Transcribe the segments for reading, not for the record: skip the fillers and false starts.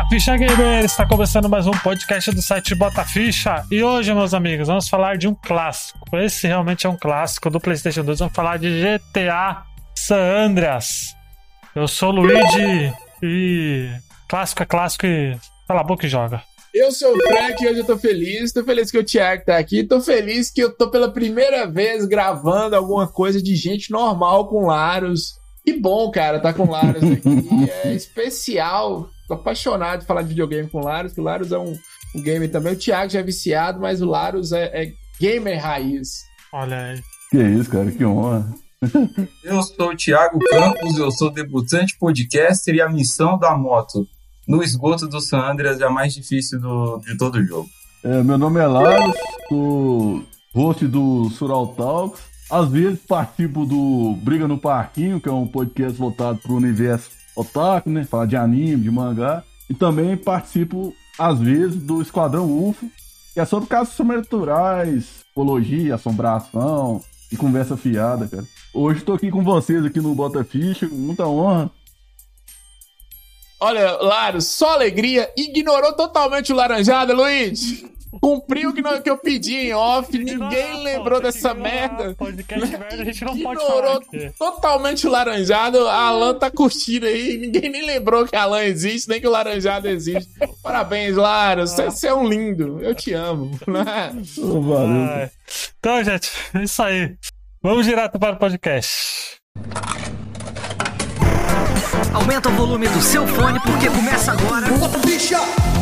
Ficha Gamer, está começando mais um podcast do site Bota Ficha. E hoje, meus amigos, vamos falar de um clássico. Esse realmente é um clássico do PlayStation 2. Vamos falar de GTA San Andreas. Eu sou o Luigi e clássico é clássico e cala a boca e joga. Eu sou o Frank e hoje eu tô feliz que o Thiago tá aqui, tô feliz que eu tô pela primeira vez gravando alguma coisa de gente normal com Larus. Que bom, cara, tá com Larus aqui, é especial, tô apaixonado de falar de videogame com Larus, que o Larus é um gamer também, o Thiago já é viciado, mas o Larus é gamer raiz. Olha aí. Que isso, cara, que honra. Eu sou o Thiago Campos, eu sou debutante podcaster e a missão da moto no esgoto do San Andreas é a mais difícil de todo o jogo. Meu nome é Larus, sou host do Sural Talks. Às vezes participo do Briga no Parquinho, que é um podcast voltado para o universo otaku, né? Falar de anime, de mangá. E também participo, às vezes, do Esquadrão UFO, que é sobre casos sobrenaturais, psicologia, assombração e conversa fiada, cara. Hoje estou aqui com vocês aqui no Bota Ficha, com muita honra. Olha, Larus, só alegria, ignorou totalmente o laranjada, Luiz. Cumpriu o que eu pedi em off, ninguém lembrou dessa merda. Podcast merda, a gente não pode falar aqui. Ignorou totalmente o laranjado, a Alan tá curtindo aí, ninguém nem lembrou que a Alan existe, nem que o laranjado existe. Parabéns, Larus, você é um lindo, eu te amo. Valeu. Então, gente, é isso aí. Vamos direto para o podcast. Aumenta o volume do seu fone porque começa agora. Bota Ficha!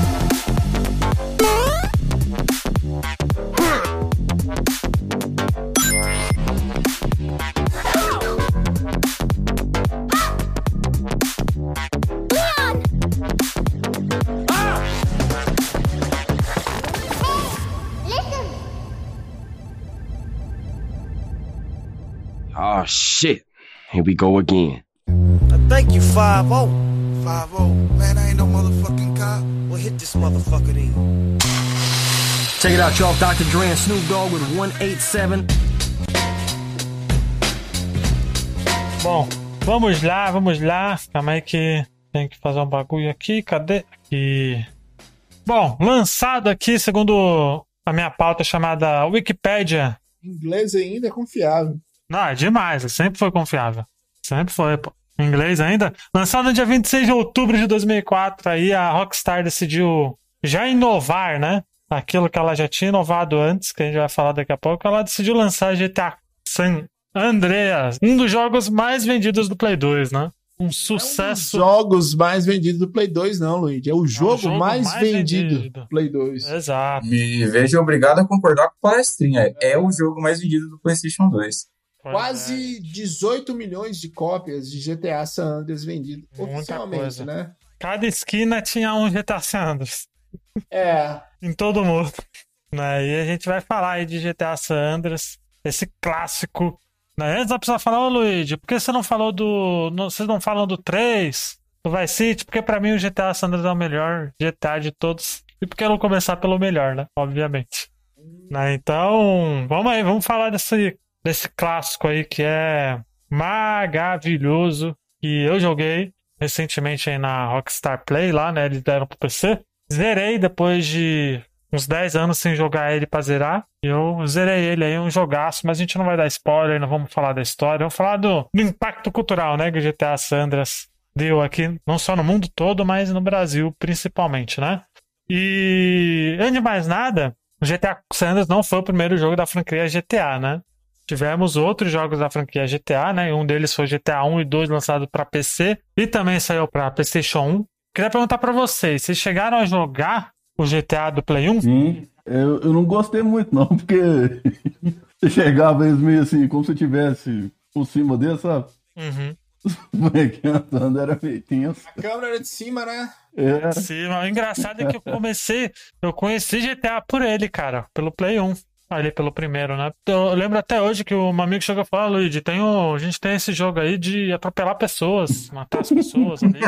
Oh shit, here we go again. Thank you, 5-0. 5-0. Man, I ain't no motherfucking cop. Well, hit this motherfucker then. Check it out, y'all. Dr. Dre and Snoop Dogg with 187. Bom, vamos lá. Calma aí que tem que fazer um bagulho aqui. Cadê? Aqui. Bom, lançado aqui, segundo a minha pauta chamada Wikipedia. Inglês ainda é confiável. Não, é demais. Sempre foi confiável. Sempre foi, pô. Em inglês ainda. Lançado no dia 26 de outubro de 2004, aí a Rockstar decidiu já inovar, né? Aquilo que ela já tinha inovado antes, que a gente vai falar daqui a pouco. Ela decidiu lançar GTA San Andreas, um dos jogos mais vendidos do Play 2, né? Um sucesso. Não é um dos jogos mais vendidos do Play 2, não, Luigi. É o jogo mais vendido do Play 2. Exato. Me vejo obrigado a concordar com o palestrinha. É o jogo mais vendido do PlayStation 2. Quase 18 milhões de cópias de GTA San Andreas vendido oficialmente, coisa, né? Cada esquina tinha um GTA San Andreas. É. Em todo mundo. Né? E a gente vai falar aí de GTA San Andreas, esse clássico. Né? Antes da pessoa falar, ô Luigi, por que você não falou do... Vocês não falam do 3, do Vice City? Porque pra mim o GTA San Andreas é o melhor GTA de todos. E por que não começar pelo melhor, né? Obviamente. Né? Então, vamos aí, vamos falar desse clássico aí que é maravilhoso, que eu joguei recentemente aí na Rockstar Play lá, né, eles deram pro PC, zerei depois de uns 10 anos sem jogar ele pra zerar, eu zerei ele aí, um jogaço, mas a gente não vai dar spoiler, não vamos falar da história, vamos falar do impacto cultural, né, que o GTA San Andreas deu aqui, não só no mundo todo, mas no Brasil principalmente, né, e antes de mais nada, o GTA San Andreas não foi o primeiro jogo da franquia GTA, né. Tivemos outros jogos da franquia GTA, né? Um deles foi GTA 1 e 2 lançado para PC e também saiu para PlayStation 1. Queria perguntar para vocês chegaram a jogar o GTA do Play 1? Sim, eu não gostei muito não, porque você chegava meio assim, como se tivesse por cima dele, sabe? Uhum. Os bonequinhos andando, era meio tenso. A câmera era de cima, né? É. Sim, mas o engraçado é que eu conheci GTA por ele, cara, pelo Play 1. Ali pelo primeiro, né? Eu lembro até hoje que um amigo chegou e falou: ah, Luigi, a gente tem esse jogo aí de atropelar pessoas, matar as pessoas ali.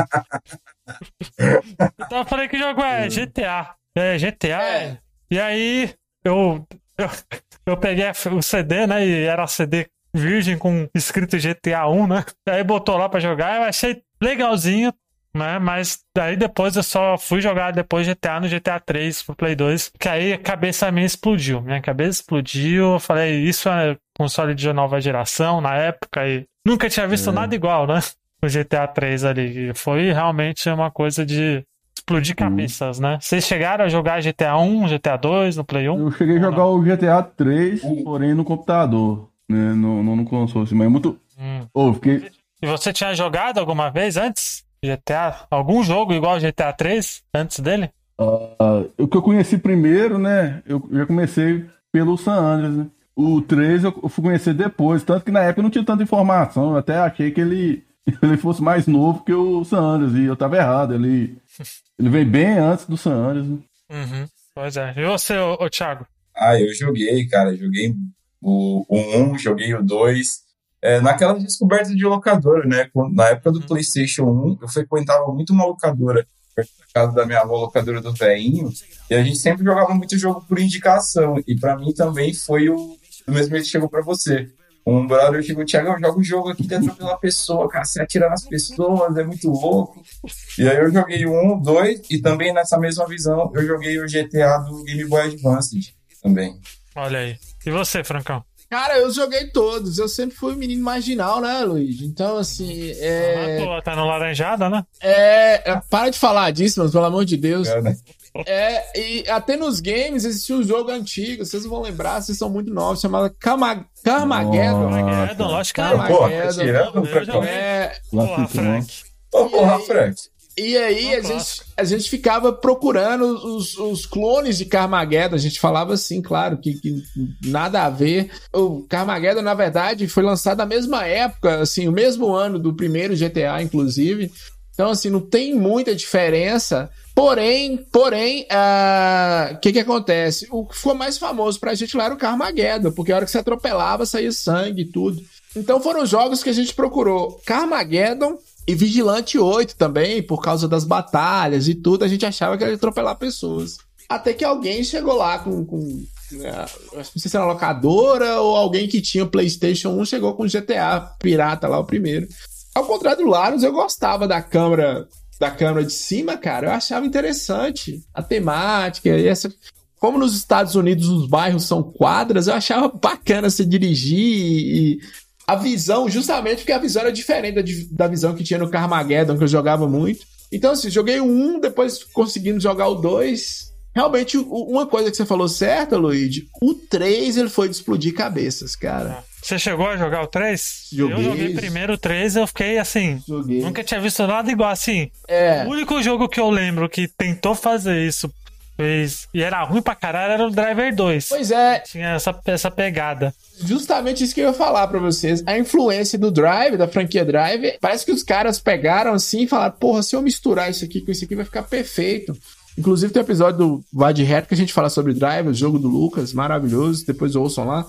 Então eu falei que jogo é GTA. É, GTA. É. E aí eu peguei o CD, né? E era CD virgem com escrito GTA 1, né? Aí botou lá pra jogar, eu achei legalzinho. né? Mas daí depois eu só fui jogar depois GTA no GTA 3 pro Play 2, que aí a cabeça minha explodiu. Minha cabeça explodiu, eu falei, isso é console de nova geração na época e nunca tinha visto nada igual, né? O GTA 3 ali. E foi realmente uma coisa de explodir cabeças, né? Vocês chegaram a jogar GTA 1, GTA 2 no Play 1? Eu cheguei a jogar o GTA 3, porém no computador, né? No console, mas é muito... fiquei... E você tinha jogado alguma vez antes? GTA? Algum jogo igual ao GTA 3 antes dele? O que eu conheci primeiro, né? Eu já comecei pelo San Andreas, né? O 3 eu fui conhecer depois, tanto que na época eu não tinha tanta informação, eu até achei que ele fosse mais novo que o San Andreas, e eu tava errado, ele veio bem antes do San Andreas, né? Pois é. E você, ô Thiago? Eu joguei, cara, joguei o 1, joguei o 2, naquela descoberta de locadora, né? Na época do PlayStation 1, eu frequentava muito uma locadora, perto da casa da minha avó, locadora do velhinho, e a gente sempre jogava muito jogo por indicação, e pra mim também foi o mesmo jeito que chegou pra você. Um brother chegou, Thiago, eu jogo um jogo aqui de atropelar a pessoa, cara, você atira nas pessoas, é muito louco. E aí eu joguei o 1, 2, e também nessa mesma visão, eu joguei o GTA do Game Boy Advance também. Olha aí. E você, Francão? Cara, eu joguei todos. Eu sempre fui um menino marginal, né, Luiz? Então, assim, Tá no laranjada, né? para de falar disso, mano, pelo amor de Deus. Né? E até nos games existia um jogo antigo, vocês não vão lembrar, vocês são muito novos, chamado Carmageddon. Carmageddon, lógico que Porra, Frank. Porra, Frank. E aí a gente ficava procurando os clones de Carmageddon. A gente falava assim, claro, que nada a ver. O Carmageddon, na verdade, foi lançado na mesma época, assim, o mesmo ano do primeiro GTA, inclusive. Então, assim, não tem muita diferença. Porém, o que acontece? O que ficou mais famoso pra gente lá era o Carmageddon, porque a hora que você atropelava, saía sangue e tudo. Então foram jogos que a gente procurou. Carmageddon e Vigilante 8 também, por causa das batalhas e tudo, a gente achava que era atropelar pessoas. Até que alguém chegou lá com não sei se era uma locadora ou alguém que tinha o PlayStation 1 chegou com o GTA pirata lá, o primeiro. Ao contrário do Larus, eu gostava da câmera de cima, cara. Eu achava interessante a temática e como nos Estados Unidos os bairros são quadras, eu achava bacana você dirigir e a visão, justamente porque a visão era diferente da visão que tinha no Carmageddon, que eu jogava muito. Então, assim, joguei o 1, depois conseguindo jogar o 2. Realmente, uma coisa que você falou certa, Luigi, o 3 ele foi de explodir cabeças, cara. Você chegou a jogar o 3? Joguei. Eu joguei primeiro o 3 e eu fiquei assim, nunca tinha visto nada igual assim. O único jogo que eu lembro que tentou fazer isso, e era ruim pra caralho, era o Driver 2. Pois é. Tinha essa pegada. Justamente isso que eu ia falar pra vocês. A influência do Drive, da franquia Drive, parece que os caras pegaram assim e falaram, porra, se eu misturar isso aqui com isso aqui vai ficar perfeito. Inclusive tem um episódio do Vai de Reto que a gente fala sobre Drive, o jogo do Lucas, maravilhoso, depois ouçam lá.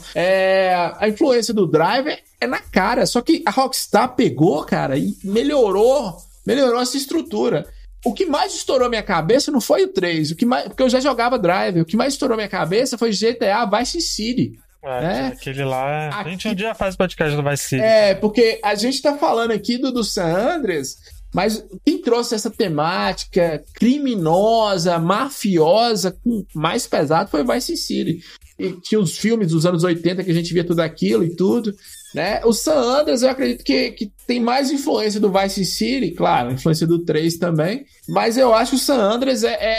A influência do Drive é na cara, só que a Rockstar pegou, cara, e melhorou essa estrutura. O que mais estourou minha cabeça não foi o 3, porque eu já jogava Drive, o que mais estourou minha cabeça foi GTA Vice City. Aquele lá, a gente um dia faz podcast do Vice City. Porque a gente tá falando aqui do San Andreas, mas quem trouxe essa temática criminosa, mafiosa, mais pesado foi o Vice City. E tinha os filmes dos anos 80 que a gente via tudo aquilo e tudo, né? O San Andreas eu acredito que tem mais influência do Vice City, claro, influência do 3 também, mas eu acho que o San Andreas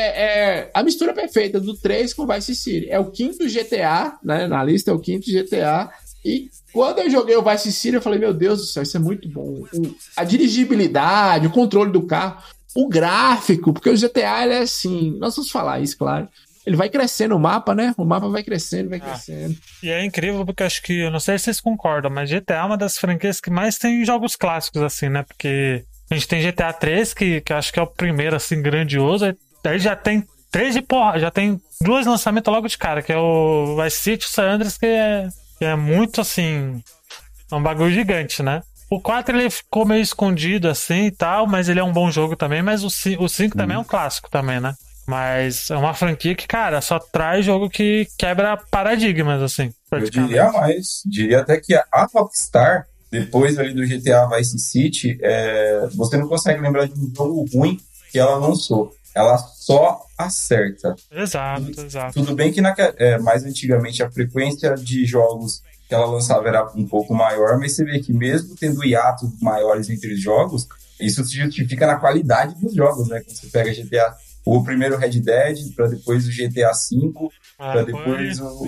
é a mistura perfeita do 3 com o Vice City. É o quinto GTA, né? Na lista é o quinto GTA. E quando eu joguei o Vice City, eu falei, meu Deus do céu, isso é muito bom. A dirigibilidade, o controle do carro, o gráfico, porque o GTA, ele é assim, nós vamos falar isso, claro. Ele vai crescendo o mapa, né? O mapa vai crescendo, crescendo. E é incrível porque acho que, eu não sei se vocês concordam, mas GTA é uma das franquias que mais tem jogos clássicos, assim, né? Porque a gente tem GTA 3, que acho que é o primeiro, assim, grandioso. Daí já tem 3 de porra, já tem 2 lançamentos logo de cara, que é o Vice City e o San Andreas, que é muito, assim, é um bagulho gigante, né? O 4 ele ficou meio escondido, assim, e tal, mas ele é um bom jogo também, mas o 5 também é um clássico também, né? Mas é uma franquia que, cara, só traz jogo que quebra paradigmas, assim. Eu diria mais. Diria até que a Rockstar depois ali do GTA Vice City, você não consegue lembrar de um jogo ruim que ela lançou. Ela só acerta. Exato. Tudo bem que mais antigamente a frequência de jogos que ela lançava era um pouco maior, mas você vê que mesmo tendo hiatos maiores entre os jogos, isso se justifica na qualidade dos jogos, né? Quando você pega GTA, o primeiro Red Dead, para depois o GTA V, para depois o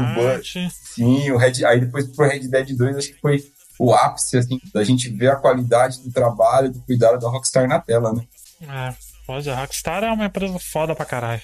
sim, aí depois pro Red Dead 2, acho que foi o ápice, assim, da gente ver a qualidade do trabalho, do cuidado da Rockstar na tela, né? Pois a Rockstar é uma empresa foda pra caralho.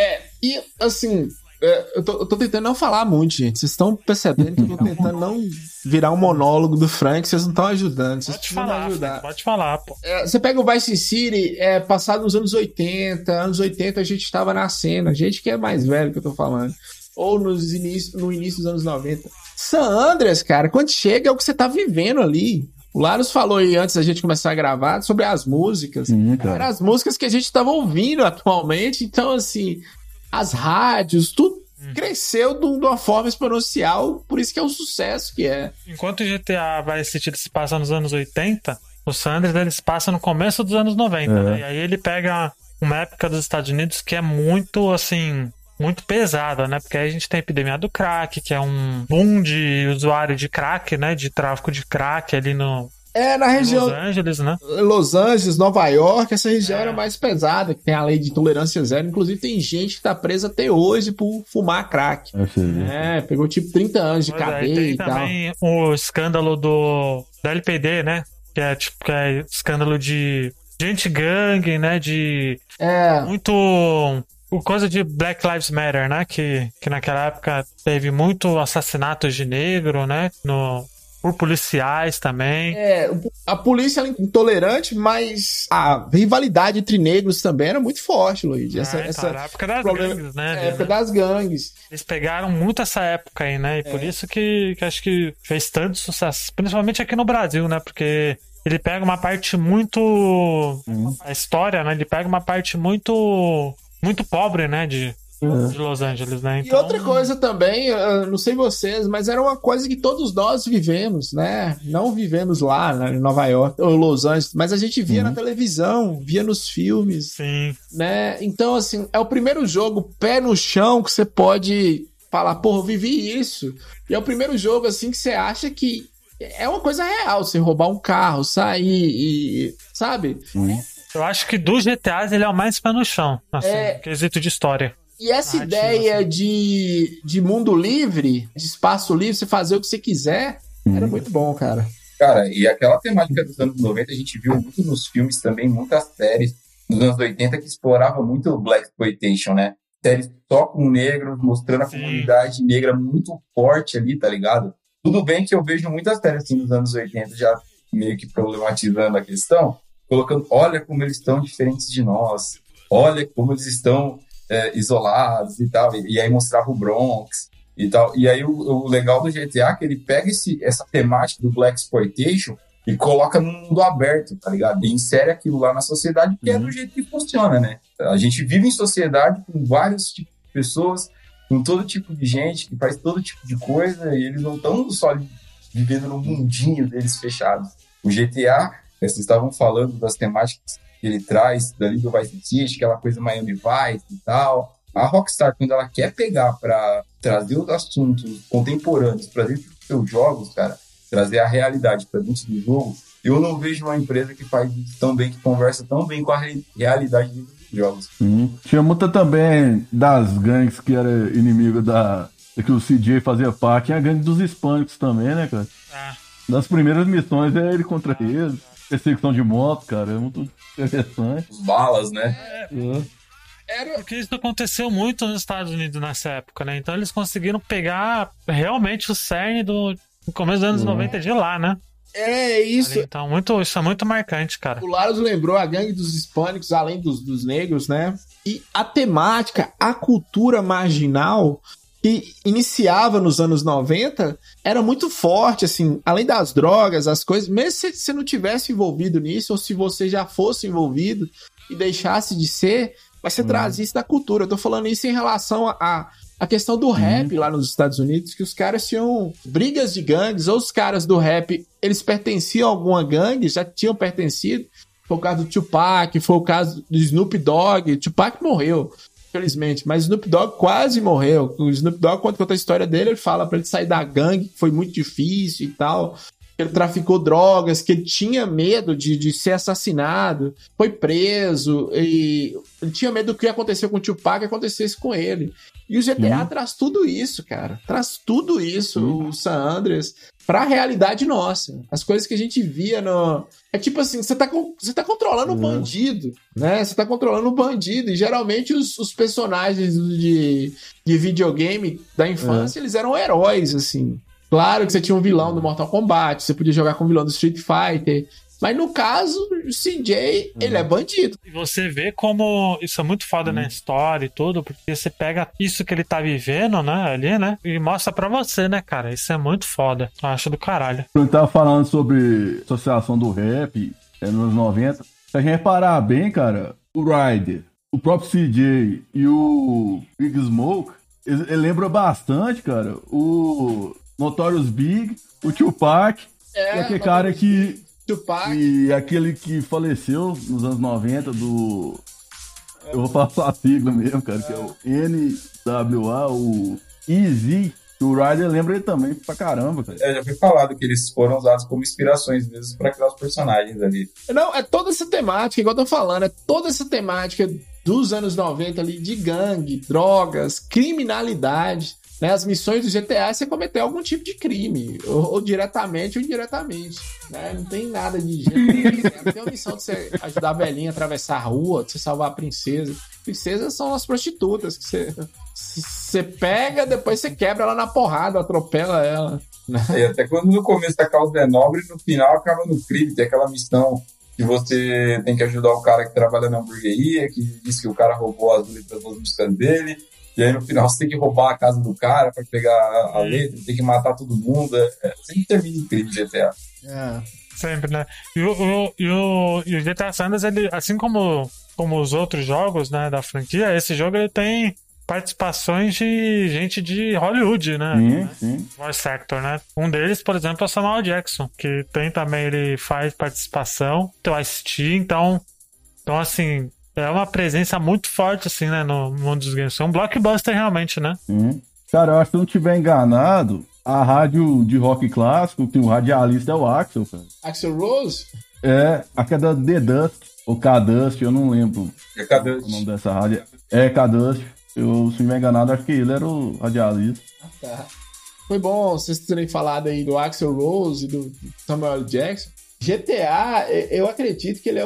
E assim, eu tô tentando não falar muito, gente. Vocês estão percebendo que eu tô tentando não virar um monólogo do Frank, vocês não estão ajudando. Vocês precisam me ajudar. Pode falar, pô. Você pega o Vice City, passado nos anos 80. Anos 80 a gente tava nascendo. A gente que é mais velho que eu tô falando. Ou no início dos anos 90. San Andreas, cara, quando chega é o que você tá vivendo ali. O Larus falou aí antes da gente começar a gravar sobre as músicas. Eram as músicas que a gente tava ouvindo atualmente. Então, assim, as rádios, tudo cresceu de uma forma exponencial. Por isso que é o sucesso que é. Enquanto o GTA Vice City se passa nos anos 80, o San Andreas ele se passa no começo dos anos 90. Né? E aí ele pega uma época dos Estados Unidos que é muito, assim, muito pesada, né? Porque aí a gente tem a epidemia do crack, que é um boom de usuário de crack, né? De tráfico de crack ali na região Los Angeles, né? Los Angeles, Nova York, essa região era mais pesada, que tem a lei de tolerância zero. Inclusive tem gente que tá presa até hoje por fumar crack. Pegou tipo 30 anos de cadeia e tal. Tem também o escândalo da LPD, né? Que é escândalo de gente gangue, né? De muito... O coisa de Black Lives Matter, né? Que naquela época teve muito assassinatos de negro, né? Por policiais também. A polícia é intolerante, mas a rivalidade entre negros também era muito forte, Luigi. Era a época das gangues, né? A época das gangues. Eles pegaram muito essa época aí, né? E por isso que acho que fez tanto sucesso. Principalmente aqui no Brasil, né? Porque ele pega uma parte muito... A história, né? Ele pega uma parte muito pobre, né, de Los Angeles, né? Então... E outra coisa também, eu não sei vocês, mas era uma coisa que todos nós vivemos, né? Não vivemos lá, né, em Nova York ou Los Angeles, mas a gente via na televisão, via nos filmes. Sim. Né? Então, assim, é o primeiro jogo pé no chão que você pode falar, porra, eu vivi isso. E é o primeiro jogo, assim, que você acha que é uma coisa real, você roubar um carro, sair e... sabe? Eu acho que dos GTAs ele é o mais pé no chão, assim, quesito de história. E essa ideia assim, de mundo livre, de espaço livre, você fazer o que você quiser, era muito bom, cara. Cara, e aquela temática dos anos 90, a gente viu muito nos filmes também, muitas séries nos anos 80 que exploravam muito o Blaxploitation, né? Séries só com negros, mostrando a comunidade negra muito forte ali, tá ligado? Tudo bem que eu vejo muitas séries assim nos anos 80 já meio que problematizando a questão, colocando, olha como eles estão diferentes de nós, olha como eles estão isolados e tal, e aí mostrava o Bronx e tal, e aí o legal do GTA é que ele pega essa temática do Blaxploitation e coloca no mundo aberto, tá ligado? E insere aquilo lá na sociedade, porque é do jeito que funciona, né? A gente vive em sociedade com vários tipos de pessoas, com todo tipo de gente que faz todo tipo de coisa, e eles não estão só vivendo no mundinho deles fechados. O GTA, vocês estavam falando das temáticas que ele traz dali do Vice City, aquela coisa Miami Vice e tal. A Rockstar, quando ela quer pegar para trazer os assuntos contemporâneos para dentro dos seus jogos, cara, trazer a realidade para dentro do jogo, eu não vejo uma empresa que faz isso tão bem, que conversa tão bem com a realidade dentro dos jogos. Tinha muita também das gangues que era inimigo que o CJ fazia parte, e a gangue dos hispânicos também, né, cara? Das primeiras missões é ele contra eles, perseguição de moto, cara, é muito interessante. Os balas, né? Porque isso aconteceu muito nos Estados Unidos nessa época, né? Então eles conseguiram pegar realmente o cerne do começo dos anos 90 de lá, né? É isso. Então, isso é muito marcante, cara. O Larus lembrou a gangue dos hispânicos, além dos negros, né? E a temática, a cultura marginal que iniciava nos anos 90 era muito forte, assim, além das drogas, as coisas, mesmo se você não tivesse envolvido nisso, ou se você já fosse envolvido e deixasse de ser, mas você trazia isso da cultura. Eu tô falando isso em relação a a questão do rap lá nos Estados Unidos, que os caras tinham brigas de gangues, ou os caras do rap, eles pertenciam a alguma gangue, já tinham pertencido. Foi o caso do Tupac, foi o caso do Snoop Dogg. Tupac morreu, infelizmente, mas Snoop Dogg quase morreu. O Snoop Dogg, quando conta a história dele, ele fala pra ele sair da gangue, que foi muito difícil e tal. Ele traficou drogas, que ele tinha medo de ser assassinado, foi preso, e ele tinha medo do que aconteceu com o Tupac, que acontecesse com ele. E o GTA traz tudo isso, cara. Traz tudo isso, o San Andreas, pra realidade nossa. As coisas que a gente via no... É tipo assim, você tá controlando o bandido, né? Você tá controlando o bandido, e geralmente os personagens de videogame da infância, eles eram heróis, assim. Claro que você tinha um vilão do Mortal Kombat, você podia jogar com o vilão do Street Fighter, mas no caso, o CJ, ele é bandido. E você vê como isso é muito foda na história e tudo, porque você pega isso que ele tá vivendo, né, ali, né, e mostra pra você, né, cara, isso é muito foda. Eu acho do caralho. Eu tava falando sobre associação do rap nos anos 90. Se a gente reparar bem, cara, o Ryder, o próprio CJ e o Big Smoke, ele lembra bastante, cara, o Notorious Big, o Tupac, e aquele cara que... Tupac. E aquele que faleceu nos anos 90 do... Eu vou falar a sigla mesmo, cara, que é o NWA, o Easy. O Ryder lembra ele também pra caramba, cara. Já foi falado que eles foram usados como inspirações mesmo pra criar os personagens ali. Não, é toda essa temática, igual eu tô falando, é toda essa temática dos anos 90 ali, de gangue, drogas, criminalidade. Né, as missões do GTA é você cometer algum tipo de crime, ou diretamente ou indiretamente. Né? Não tem nada de jeito. Não tem uma missão de você ajudar a velhinha a atravessar a rua, de você salvar a princesa. Princesas são as prostitutas que você pega, depois você quebra ela na porrada, atropela ela. Né? E até quando no começo a causa é nobre, no final acaba no crime. Tem aquela missão que você tem que ajudar o cara que trabalha na hamburgueria, que diz que o cara roubou as letras das músicas dele. E aí no final você tem que roubar a casa do cara pra pegar a letra, tem que matar todo mundo. Sempre termina em crime GTA. Sempre, né? E o GTA San Andreas, ele, assim como os outros jogos, né, da franquia, esse jogo ele tem participações de gente de Hollywood, né? Sim. Voice actor, né? Um deles, por exemplo, é o Samuel Jackson, que tem também, ele faz participação, tem o Ice-T, então assim... É uma presença muito forte, assim, né, no mundo dos games. É um blockbuster, realmente, né? Cara, eu acho que se eu não estiver enganado, a rádio de rock clássico, que o radialista é o Axl, cara. Axl Rose? É, aqui é da The Dust, ou K-Dust, eu não lembro o nome dessa rádio. É K-Dust. Se eu não estiver enganado, acho que ele era o radialista. Tá. Foi bom vocês terem falado aí do Axl Rose e do Samuel Jackson. GTA, eu acredito que ele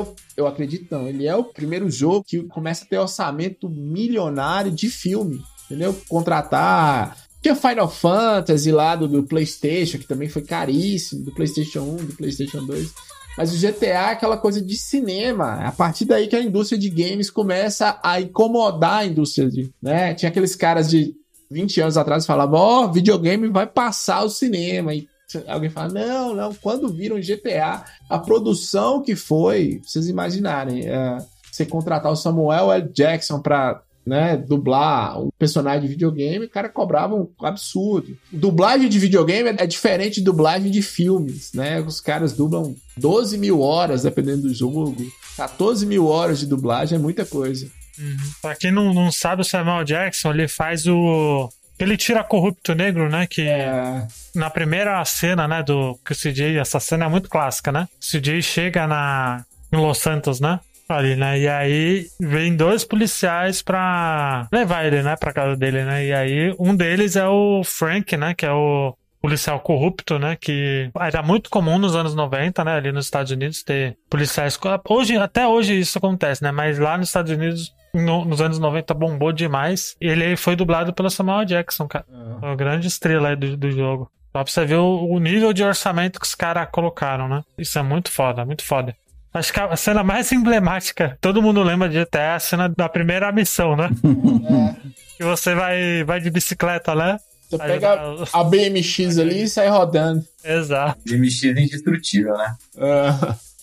é o primeiro jogo que começa a ter orçamento milionário de filme, entendeu? Contratar... Tinha Final Fantasy lá do PlayStation, que também foi caríssimo, do PlayStation 1, do PlayStation 2. Mas o GTA é aquela coisa de cinema. É a partir daí que a indústria de games começa a incomodar a indústria né? Tinha aqueles caras de 20 anos atrás que falavam, videogame vai passar o cinema, e alguém fala, não, quando viram GTA, a produção que foi, vocês imaginarem, você contratar o Samuel L. Jackson pra, né, dublar um personagem de videogame, o cara cobrava um absurdo. Dublagem de videogame é diferente de dublagem de filmes, né? Os caras dublam 12 mil horas, dependendo do jogo. 14 mil horas de dublagem é muita coisa. Pra quem não sabe, o Samuel Jackson, ele faz ele tira Corrupto Negro, né? Que na primeira cena, né? Que o CJ, essa cena é muito clássica, né? O CJ chega em Los Santos, né? Ali, né? E aí vem 2 policiais pra levar ele, né? Pra casa dele, né? E aí um deles é o Frank, né? Que é o policial corrupto, né? Que era muito comum nos anos 90, né? Ali nos Estados Unidos ter policiais... Até hoje isso acontece, né? Mas lá nos Estados Unidos... nos anos 90 bombou demais. Ele foi dublado pelo Samuel Jackson, cara. Uma grande estrela aí do jogo. Só pra você ver o nível de orçamento que os caras colocaram, né? Isso é muito foda, muito foda. Acho que a cena mais emblemática, todo mundo lembra de GTA, é a cena da primeira missão, né? Que você vai de bicicleta, né? Você pega a BMX ali e sai rodando. Exato. BMX é indestrutível, né?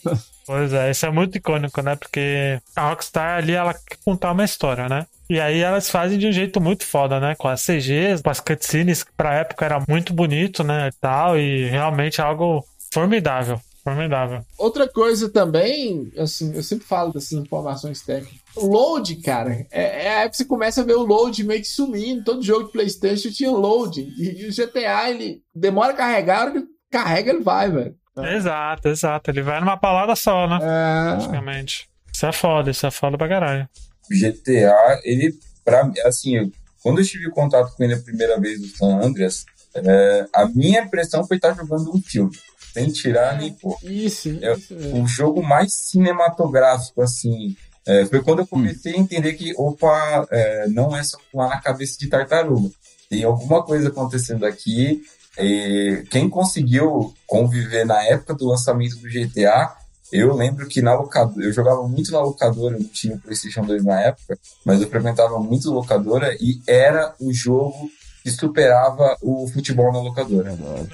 Pois é, isso é muito icônico, né? Porque a Rockstar ali, ela quer contar uma história, né? E aí elas fazem de um jeito muito foda, né? Com as CGs, com as cutscenes, que pra época era muito bonito, né? E tal, e realmente é algo formidável. Formidável. Outra coisa também, assim, eu sempre falo dessas informações técnicas. O load, cara, é aí que você começa a ver o load meio que sumindo. Todo jogo de PlayStation tinha load. E o GTA, ele demora a carregar, a hora que carrega, ele vai, velho. Exato. Ele vai numa palavra só, né? Praticamente. Isso é foda pra caralho. O GTA, ele, pra mim, assim, quando eu tive contato com ele a primeira vez do San Andreas, a minha impressão foi estar jogando um filme. Sem tirar nem pôr. Isso. O jogo mais cinematográfico, assim, foi quando eu comecei a entender que, não é só pular na cabeça de tartaruga. Tem alguma coisa acontecendo aqui. Quem conseguiu conviver na época do lançamento do GTA, eu lembro que na locadora, eu jogava muito na locadora, eu não tinha o PlayStation 2 na época, mas eu frequentava muito locadora e era o jogo que superava o futebol na locadora.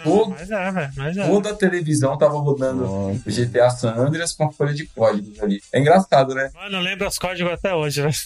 Toda a televisão tava rodando o GTA San Andreas com a folha de códigos ali. É engraçado, né? Mano, eu lembro os códigos até hoje, né?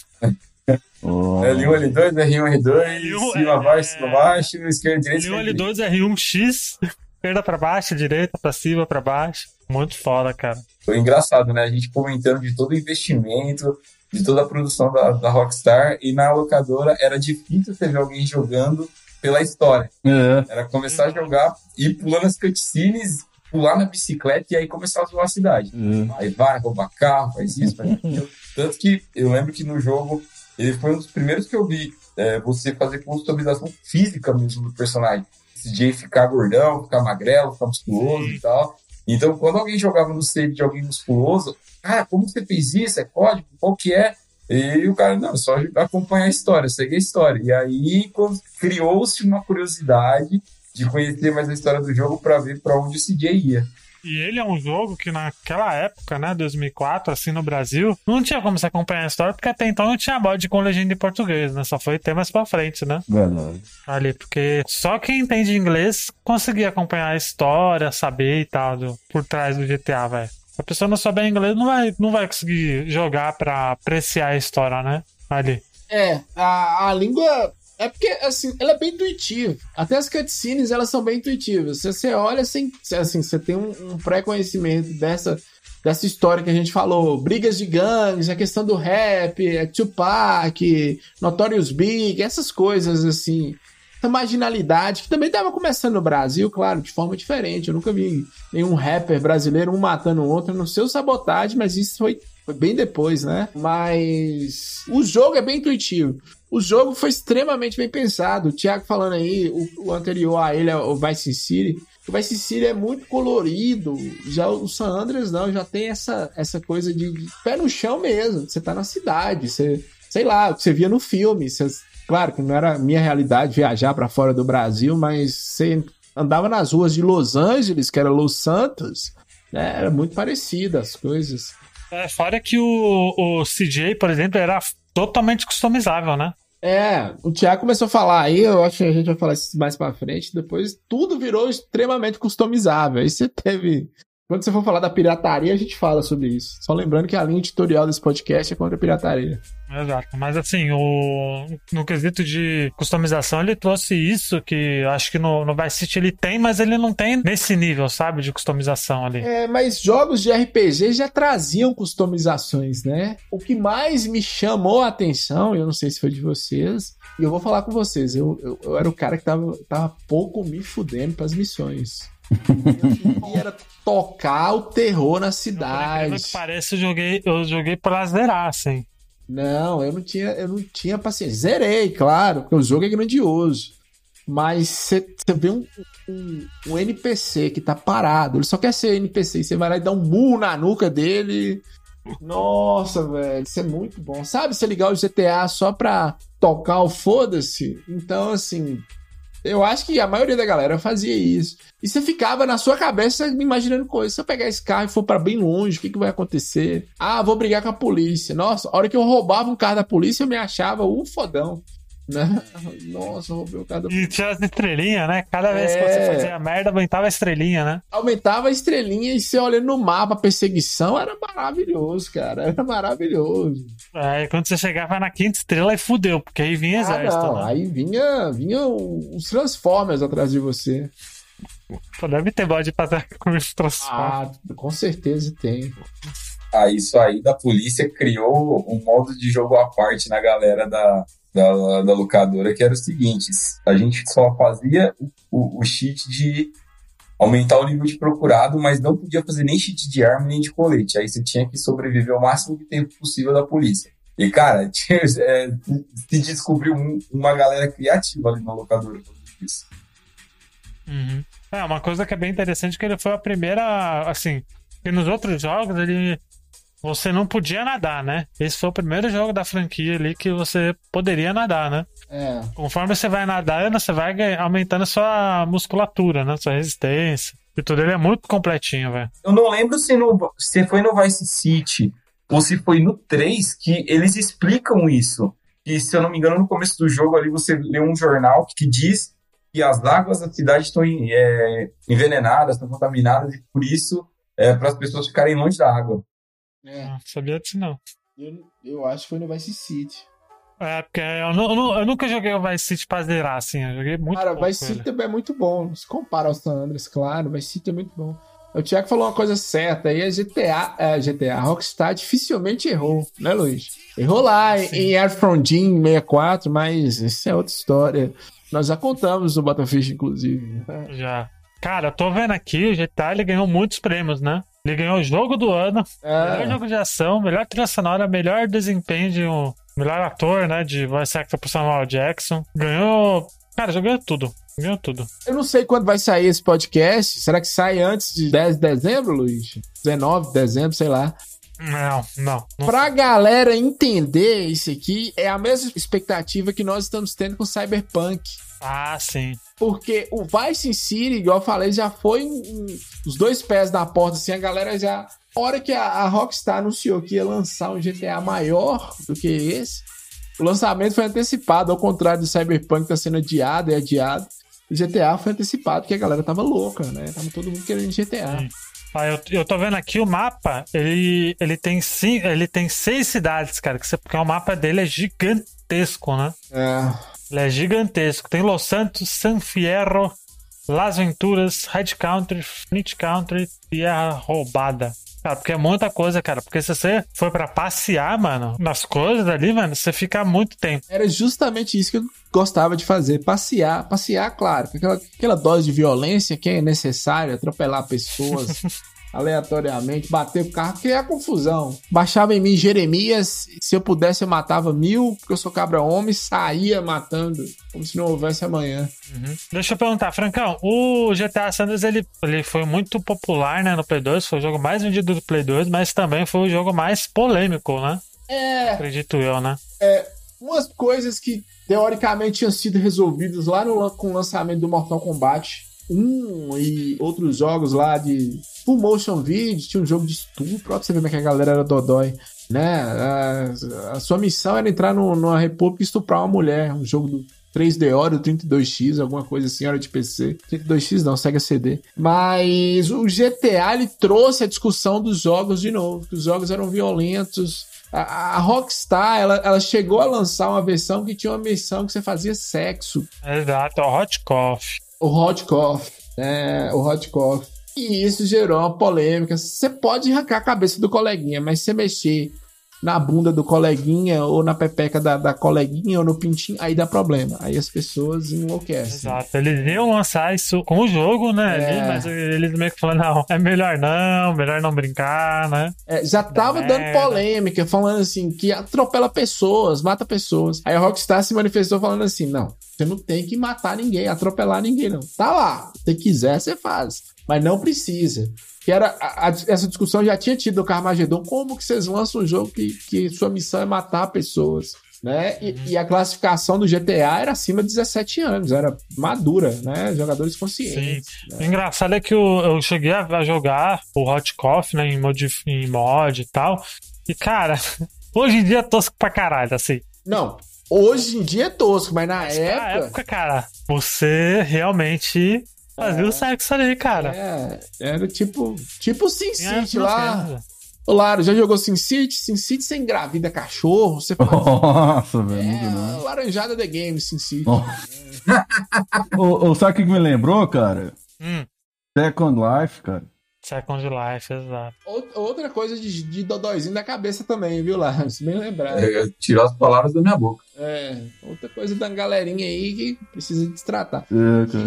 L1, L2, R1, R2, cima, baixo, esquerda, direita. L1, L2, R1, X, esquerda pra baixo, direita pra cima, pra baixo. Muito foda, cara. Foi engraçado, né? A gente comentando de todo o investimento, de toda a produção da Rockstar, e na locadora era difícil você ver alguém jogando pela história. Era começar a jogar, ir pulando as cutscenes, pular na bicicleta e aí começar a zoar a cidade. Aí vai, rouba carro, faz isso, faz aquilo. Tanto que eu lembro que no jogo, ele foi um dos primeiros que eu vi você fazer customização física mesmo do personagem. Esse de ficar gordão, ficar magrelo, ficar musculoso e tal. Então, quando alguém jogava no save de alguém musculoso, cara, como você fez isso? É código? Qual que é? E o cara, não, só acompanhar a história, seguir a história. E aí criou-se uma curiosidade de conhecer mais a história do jogo para ver para onde o CJ ia. E ele é um jogo que naquela época, né, 2004, assim, no Brasil, não tinha como você acompanhar a história, porque até então não tinha mod com legenda em português, né? Só foi ter mais pra frente, né? Verdade. Ali, porque só quem entende inglês conseguia acompanhar a história, saber e tal, por trás do GTA, velho. Se a pessoa não souber inglês, não vai conseguir jogar pra apreciar a história, né? Ali. A língua... É porque, assim, ela é bem intuitiva. Até as cutscenes, elas são bem intuitivas. Você olha, assim, você tem um pré-conhecimento dessa história que a gente falou. Brigas de gangues, a questão do rap, Tupac, Notorious Big, essas coisas, assim. Essa marginalidade, que também estava começando no Brasil, claro, de forma diferente. Eu nunca vi nenhum rapper brasileiro, um matando o outro, no seu Sabotagem, mas isso foi bem depois, né? Mas o jogo é bem intuitivo. O jogo foi extremamente bem pensado. O Thiago falando aí, o anterior a ele é o Vice City. O Vice City é muito colorido. Já o San Andreas não, já tem essa coisa de pé no chão mesmo. Você tá na cidade, sei lá, você via no filme. Claro que não era a minha realidade viajar para fora do Brasil, mas você andava nas ruas de Los Angeles, que era Los Santos, né? Era muito parecido as coisas. Fora que o CJ, por exemplo, era totalmente customizável, né? O Thiago começou a falar aí, eu acho que a gente vai falar isso mais pra frente, depois tudo virou extremamente customizável. Aí você teve... Quando você for falar da pirataria, a gente fala sobre isso. Só lembrando que a linha editorial desse podcast é contra a pirataria. Exato, mas assim, no quesito de customização, ele trouxe isso que acho que no Vice City ele tem, mas ele não tem nesse nível, sabe, de customização ali. Mas jogos de RPG já traziam customizações, né? O que mais me chamou a atenção, eu não sei se foi de vocês, e eu vou falar com vocês, eu era o cara que tava pouco me fudendo pras missões. E era tocar o terror na cidade. Que parece, eu joguei pra zerar, assim. Não, eu não tinha paciência. Zerei, claro, porque o jogo é grandioso. Mas você vê um NPC que tá parado, ele só quer ser NPC, e você vai lá e dá um murro na nuca dele. Nossa, velho, isso é muito bom. Sabe, você ligar o GTA só pra tocar o foda-se? Então, assim... Eu acho que a maioria da galera fazia isso. E você ficava na sua cabeça imaginando coisas. Se eu pegar esse carro e for pra bem longe, o que vai acontecer? Vou brigar com a polícia. Nossa, a hora que eu roubava um carro da polícia, eu me achava o fodão. Nossa, roubei o cara do... E tinha as estrelinhas, né? Cada vez que você fazia merda, aumentava a estrelinha, né? Aumentava a estrelinha e você olhando no mapa, a perseguição era maravilhoso, cara. Era maravilhoso. Aí quando você chegava na quinta estrela, aí fudeu, porque aí vinha exército, não. né? Aí vinha os Transformers atrás de você. Pô, deve ter bode pra dar com os Transformers. Com certeza tem. Isso aí da polícia criou um modo de jogo à parte na galera da locadora, que era o seguinte: a gente só fazia o cheat de aumentar o nível de procurado, mas não podia fazer nem cheat de arma nem de colete. Aí você tinha que sobreviver o máximo de tempo possível da polícia. E, cara, se descobriu uma galera criativa ali na locadora. Isso. Uhum. Uma coisa que é bem interessante é que ele foi a primeira, assim, que nos outros jogos você não podia nadar, né? Esse foi o primeiro jogo da franquia ali que você poderia nadar, né? Conforme você vai nadando, você vai aumentando a sua musculatura, né? Sua resistência. E tudo ele é muito completinho, velho. Eu não lembro se foi no Vice City ou se foi no 3 que eles explicam isso. E, se eu não me engano, no começo do jogo ali você lê um jornal que diz que as águas da cidade estão envenenadas, estão contaminadas, e por isso para as pessoas ficarem longe da água. Não sabia disso, não. Eu acho que foi no Vice City. Porque eu nunca joguei o Vice City pra zerar, assim. Eu joguei muito pouco. Cara, o Vice City também é muito bom. Se compara ao San Andreas, claro. O Vice City é muito bom. O Thiago falou uma coisa certa. Aí a Rockstar dificilmente errou, né, Luiz? Errou lá em Earth from Jim 64, mas isso é outra história. Nós já contamos no Battlefield, inclusive. Já. Cara, eu tô vendo aqui, o GTA ele ganhou muitos prêmios, né? Ele ganhou o jogo do ano, melhor jogo de ação, melhor trilha sonora, melhor desempenho de melhor ator, né? De voice actor por Samuel Jackson. Ganhou... Cara, já ganhou tudo. Ganhou tudo. Eu não sei quando vai sair esse podcast. Será que sai antes de 10 de dezembro, Luiz? 19 de dezembro, sei lá. Não. Pra galera entender isso aqui, é a mesma expectativa que nós estamos tendo com Cyberpunk. Sim. Porque o Vice City, igual eu falei, já foi os dois pés da porta, assim, a galera já... A hora que a Rockstar anunciou que ia lançar um GTA maior do que esse, o lançamento foi antecipado, ao contrário do Cyberpunk que tá sendo adiado. O GTA foi antecipado, porque a galera tava louca, né? Tava todo mundo querendo GTA. Eu tô vendo aqui o mapa, ele tem 6 cidades, cara, porque o mapa dele é gigantesco, né? Ele é gigantesco. Tem Los Santos, San Fierro, Las Venturas, Red Country, Flint Country e a Roubada. Cara, porque é muita coisa, cara. Porque se você for pra passear, mano, nas coisas ali, mano, você fica muito tempo. Era justamente isso que eu gostava de fazer. Passear, claro. Aquela dose de violência que é necessária, atropelar pessoas aleatoriamente, bater o carro, criar confusão. Baixava em mim Jeremias, se eu pudesse eu matava 1000, porque eu sou cabra homem, saía matando, como se não houvesse amanhã. Deixa eu perguntar, Francão, o GTA San Andreas, ele foi muito popular, né, no Play 2, foi o jogo mais vendido do Play 2, mas também foi o jogo mais polêmico, né? Acredito eu, né? Umas coisas que teoricamente tinham sido resolvidas lá com o lançamento do Mortal Kombat 1 e outros jogos lá de Full Motion Video, tinha um jogo de estupro, pra você ver como é que a galera era dodói, né? A sua missão era entrar numa república e estuprar uma mulher, um jogo do 3DO, do 32X, alguma coisa assim, hora de PC. 32X não, Sega CD. Mas o GTA, ele trouxe a discussão dos jogos de novo, que os jogos eram violentos. A Rockstar, ela chegou a lançar uma versão que tinha uma missão que você fazia sexo. Exato, o Hot Coffee. O Hot Coffee. E isso gerou uma polêmica. Você pode arrancar a cabeça do coleguinha, mas se você mexer na bunda do coleguinha, ou na pepeca da coleguinha, ou no pintinho, aí dá problema. Aí as pessoas enlouquecem. Exato. Eles iam lançar isso com o jogo, né? Ali, mas eles meio que falaram, não, é melhor não brincar, né? Já tava dando polêmica, falando assim, que atropela pessoas, mata pessoas. Aí a Rockstar se manifestou falando assim, não, você não tem que matar ninguém, atropelar ninguém, não. Tá lá, se quiser, você faz. Mas não precisa. Que era essa discussão já tinha tido no Carmageddon. Como que vocês lançam um jogo que sua missão é matar pessoas? Né? E a classificação do GTA era acima de 17 anos, era madura, né? Jogadores conscientes. Sim. Né? O engraçado é que eu cheguei a jogar o Hot Coffee, né, em mod e tal. E, cara, hoje em dia é tosco pra caralho, assim. Não, hoje em dia é tosco, mas na Na época... época, cara, você realmente fazia o sexo ali, cara. Era tipo Sin Tinha City as lá. coisas. Ô, Laro, já jogou Sin City? Sin City você engravida cachorro, você faz... Nossa, velho, nunca não. Laranjada The Game, Sin City. Sabe o que me lembrou, cara? Second Life, cara. Second Life, exato. Outra coisa de dodóizinho da cabeça também, viu, Laro? Bem lembrado. Tirou as palavras da minha boca. Outra coisa da galerinha aí que precisa destratar. Cara.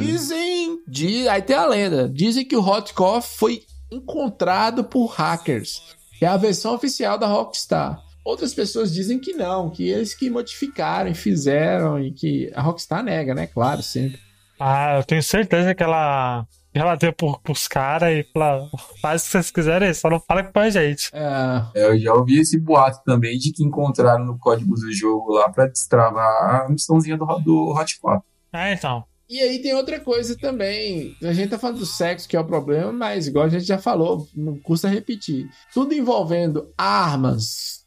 Aí tem a lenda. Dizem que o Hot Coffee foi encontrado por hackers, que é a versão oficial da Rockstar. Outras pessoas dizem que não, que eles que modificaram e fizeram, e que a Rockstar nega, né? Claro, sempre. Eu tenho certeza que ela deu pros caras e falou: faz o que vocês quiserem, só não fala com a gente. Eu já ouvi esse boato também de que encontraram no código do jogo lá pra destravar a missãozinha do Hot Coffee. Então. E aí tem outra coisa também. A gente tá falando do sexo, que é o problema, mas igual a gente já falou, não custa repetir. Tudo envolvendo armas,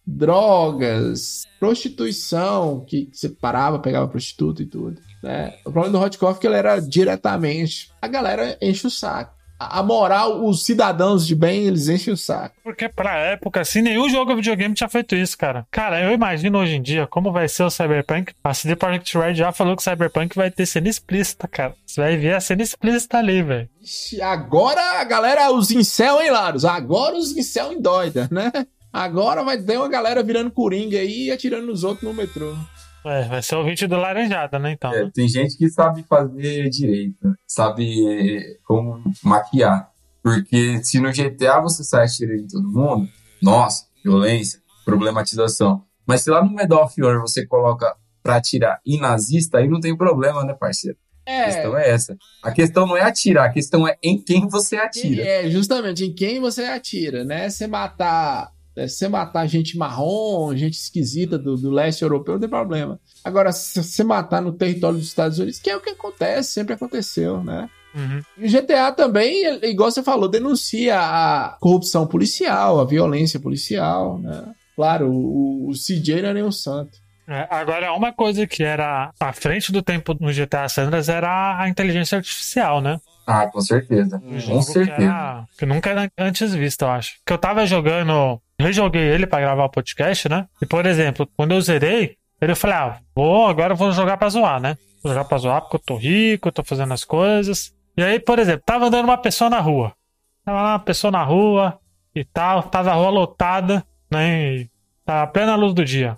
drogas, prostituição, que você parava, pegava prostituta e tudo, né? O problema do Hot Coffee é que ele era diretamente... A galera enche o saco. A moral, os cidadãos de bem, eles enchem o saco. Porque pra época, assim, nenhum jogo de videogame tinha feito isso, cara. Cara, eu imagino hoje em dia como vai ser o Cyberpunk. A CD Projekt Red já falou que o Cyberpunk vai ter cena explícita, cara. Você vai ver a cena explícita ali, velho. Agora a galera, os incel, hein, Laros? Agora os incel endoida, né? Agora vai ter uma galera virando coringa aí e atirando nos outros no metrô. Vai ser o hit do Laranjada, né, então. Tem gente que sabe fazer direito, sabe como maquiar. Porque se no GTA você sai atirando em todo mundo, nossa, violência, problematização. Mas se lá no Medal of Honor você coloca pra atirar em nazista, aí não tem problema, né, parceiro? A questão é essa. A questão não é atirar, a questão é em quem você atira. Justamente, em quem você atira, né? Você matar gente marrom, gente esquisita do leste europeu, não tem problema. Agora, se você matar no território dos Estados Unidos, que é o que acontece, sempre aconteceu, né? E o GTA também, igual você falou, denuncia a corrupção policial, a violência policial, né? Claro, o CJ não é nenhum santo. Agora, uma coisa que era à frente do tempo no GTA San Andreas era a inteligência artificial, né? Com certeza. Com certeza. Que nunca era antes visto, eu acho. Que eu tava jogando, rejoguei ele pra gravar o podcast, né? E, por exemplo, quando eu zerei, eu falei, agora eu vou jogar pra zoar, né? Vou jogar pra zoar porque eu tô rico, eu tô fazendo as coisas. E aí, por exemplo, tava andando uma pessoa na rua. Tava lá uma pessoa na rua e tal, tava a rua lotada, né? E tava a plena luz do dia.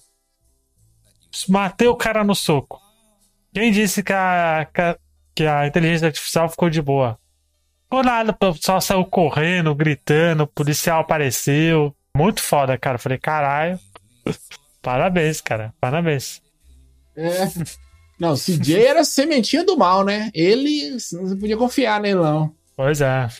Matei o cara no soco. Quem disse que a inteligência artificial ficou de boa? Ficou nada, o pessoal saiu correndo, gritando, o policial apareceu. Muito foda, cara. Falei, caralho. Parabéns, cara. Parabéns. Não, o CJ era sementinha do mal, né? Ele, não podia confiar nele, não. Pois é.